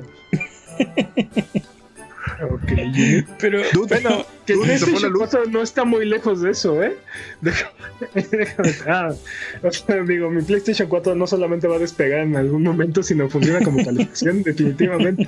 Ok. Pero, Dude, Bueno, que dude, se fue la PlayStation luz. cuatro no está muy lejos de eso, ¿eh? Déjame, déjame- ah, o sea, digo, mi PlayStation cuatro no solamente va a despegar en algún momento, sino funciona como calefacción, definitivamente.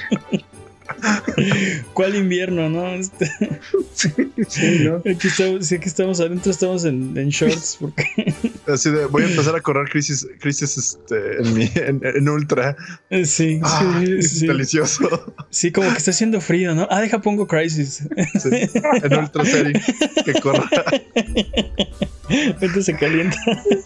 ¿cuál invierno, no? Este, Sí, sí, ¿no? aquí estamos, sí, aquí estamos adentro, estamos en, en shorts. Porque, Así de, voy a empezar a correr crisis, crisis este, en, mi, en, en ultra. sí, Ah, sí, es sí. delicioso. Sí, como que está haciendo frío, ¿no? Ah, deja pongo Crisis. Sí, en ultra serie que corra. Ahorita se calienta.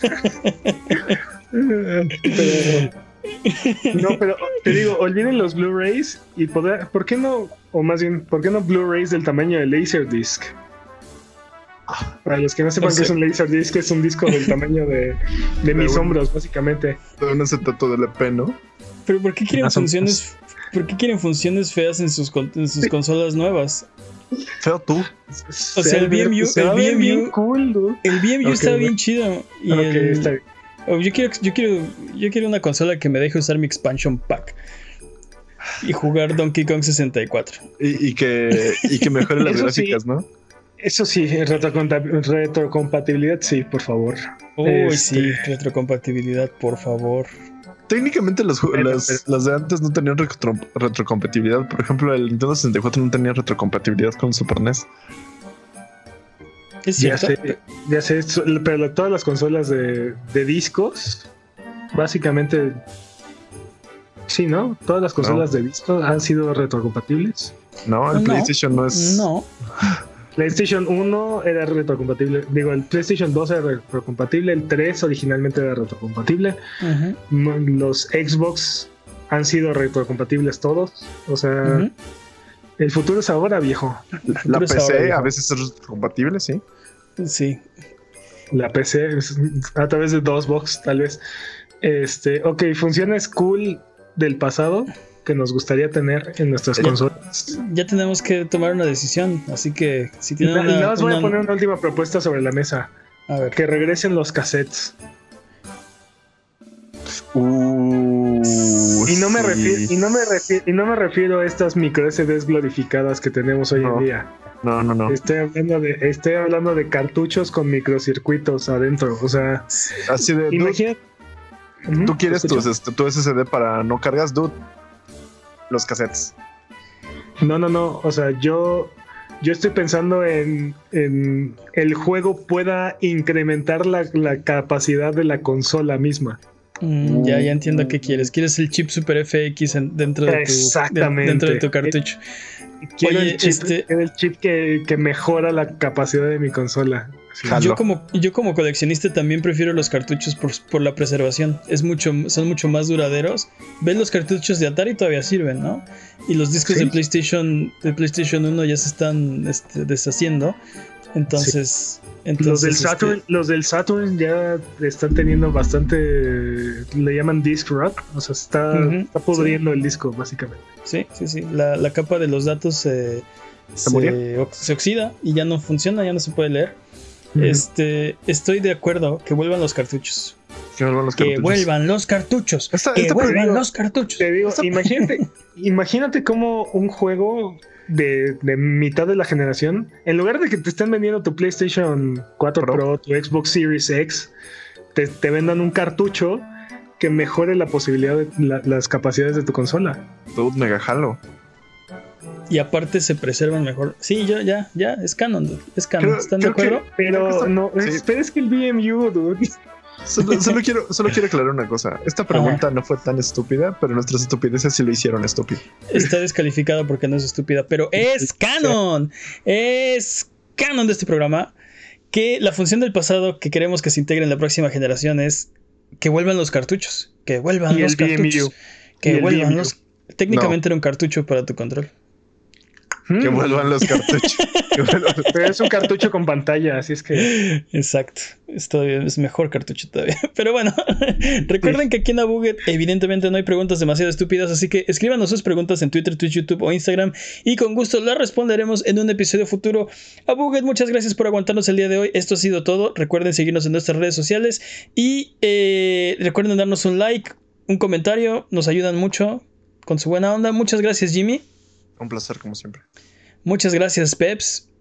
Pero, no, pero te digo, olviden los Blu-rays y poder, ¿por qué no? O más bien, ¿por qué no Blu-rays del tamaño de Laserdisc? Para los que no sepan O sea- qué es un Laserdisc, es un disco del tamaño de, de mis un- hombros, básicamente. Un acetato de L P, ¿no? Pero ¿por qué quieren Más o funciones? ¿Por qué quieren funciones feas en sus, con- en sus consolas nuevas? Feo tú. O sea, el V M U, Se el va a ver V M U bien cool, dude. El V M U Ok, está bueno. bien chido. Y Ok, el- está bien. oh, yo quiero, yo quiero, yo quiero una consola que me deje usar mi expansion pack y jugar Donkey Kong sesenta y cuatro. Y, y que, y que mejore las Eso sí. gráficas, ¿no? Eso sí, retroconta- retrocompatibilidad, sí, por favor. Uy, Este- sí, retrocompatibilidad, por favor. Técnicamente los, ju- Bueno, las, pero- las de antes no tenían retro- retrocompatibilidad. Por ejemplo, el Nintendo sesenta y cuatro no tenía retrocompatibilidad con Super N E S. Es Ya cierto. sé, ya sé, so- pero todas las consolas de, de discos, básicamente, sí, ¿no? Todas las consolas de discos han sido retrocompatibles. No, el No, PlayStation no es. No. PlayStation uno era retrocompatible, digo, el PlayStation dos era retrocompatible, el tres originalmente era retrocompatible, Ujú, M- los Xbox han sido retrocompatibles todos, o sea, ujú. el futuro es ahora, viejo. La futuro es P C ahora, viejo. a veces es compatible, sí. Sí. La P C es a través de DOSBox, tal vez. Este, ok, funciones cool del pasado que nos gustaría tener en nuestras Ya- consolas. Ya tenemos que tomar una decisión. Así que si Y tienen na- y una, nada más voy a una- poner una última propuesta sobre la mesa. A ver. Que regresen los cassettes. Uh, Y no me sí. refiero, y no me refiero, y no me refiero a estas micro S Ds glorificadas que tenemos hoy No. en día. No, no, no. Estoy hablando de, estoy hablando de cartuchos con microcircuitos adentro. O sea, Así de. dude, imagina. Ujú, Tú quieres ¿te tu, escucho? este, tu S S D para no cargas, dude. Los cassettes. No, no, no. O sea, yo, yo estoy pensando en, en el juego pueda incrementar la, la capacidad de la consola misma. Mm, ya, ya entiendo qué quieres. Quieres el chip Super F X en- dentro de tu, de- Exactamente. dentro de tu cartucho. Quiero Oye, el chip, este- quiero el chip que, que mejora la capacidad de mi consola. Sí. Jalo. Yo como, yo como coleccionista también prefiero los cartuchos por, por la preservación. Es mucho, son mucho más duraderos. Ves los cartuchos de Atari todavía sirven, ¿no? Y los discos Sí. de PlayStation, de PlayStation uno ya se están este, deshaciendo. Entonces, entonces Los del este, Saturn, los del Saturn ya están teniendo bastante, le llaman disc rot, o sea, está, Ujú, está pudriendo el disco básicamente. sí, sí, sí. La, la capa de los datos eh, se, murió? ox- se oxida y ya no funciona, ya no se puede leer. Ujú. Este, estoy de acuerdo que vuelvan los cartuchos. Que vuelvan los Que cartuchos. vuelvan los cartuchos. Esta- que esta vuelvan pregunta- los cartuchos. Te digo, Esta- imagínate, imagínate cómo un juego de, de mitad de la generación, en lugar de que te estén vendiendo tu PlayStation cuatro Pro, Pro. tu Xbox Series X, te, te vendan un cartucho que mejore la posibilidad de la- las capacidades de tu consola. Dude, mega jalo. Y aparte se preservan mejor. Sí, yo ya, ya, es canon, dude, es canon. Creo- ¿Están de creo que- acuerdo? Creo que Pero está- no, sí. es, pero es que el V M U, dude. Solo, solo quiero, solo quiero aclarar una cosa. Esta pregunta no fue tan estúpida, pero nuestras estupideces sí lo hicieron estúpido. Está descalificado porque no es estúpida, pero es canon. Es canon de este programa que la función del pasado que queremos que se integre en la próxima generación es que vuelvan los cartuchos. Que vuelvan Y los el V M U. cartuchos. Y Que el vuelvan V M U. los. Técnicamente no. Era un cartucho para tu control. Que vuelvan los cartuchos. Pero es un cartucho con pantalla, así es que... Exacto. Es, todavía, es mejor cartucho todavía. Pero bueno, recuerden sí. que aquí en Abuget evidentemente no hay preguntas demasiado estúpidas, así que escríbanos sus preguntas en Twitter, Twitch, YouTube o Instagram y con gusto las responderemos en un episodio futuro. Abuget, muchas gracias por aguantarnos el día de hoy. Esto ha sido todo. Recuerden seguirnos en nuestras redes sociales y eh, recuerden darnos un like, un comentario. Nos ayudan mucho con su buena onda. Muchas gracias, Jimmy. Un placer, como siempre. Muchas gracias, Peps.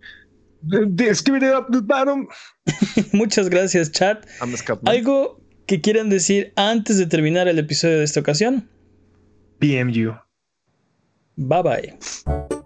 Muchas gracias, chat. ¿Algo que quieran decir antes de terminar el episodio de esta ocasión? P M U. Bye bye.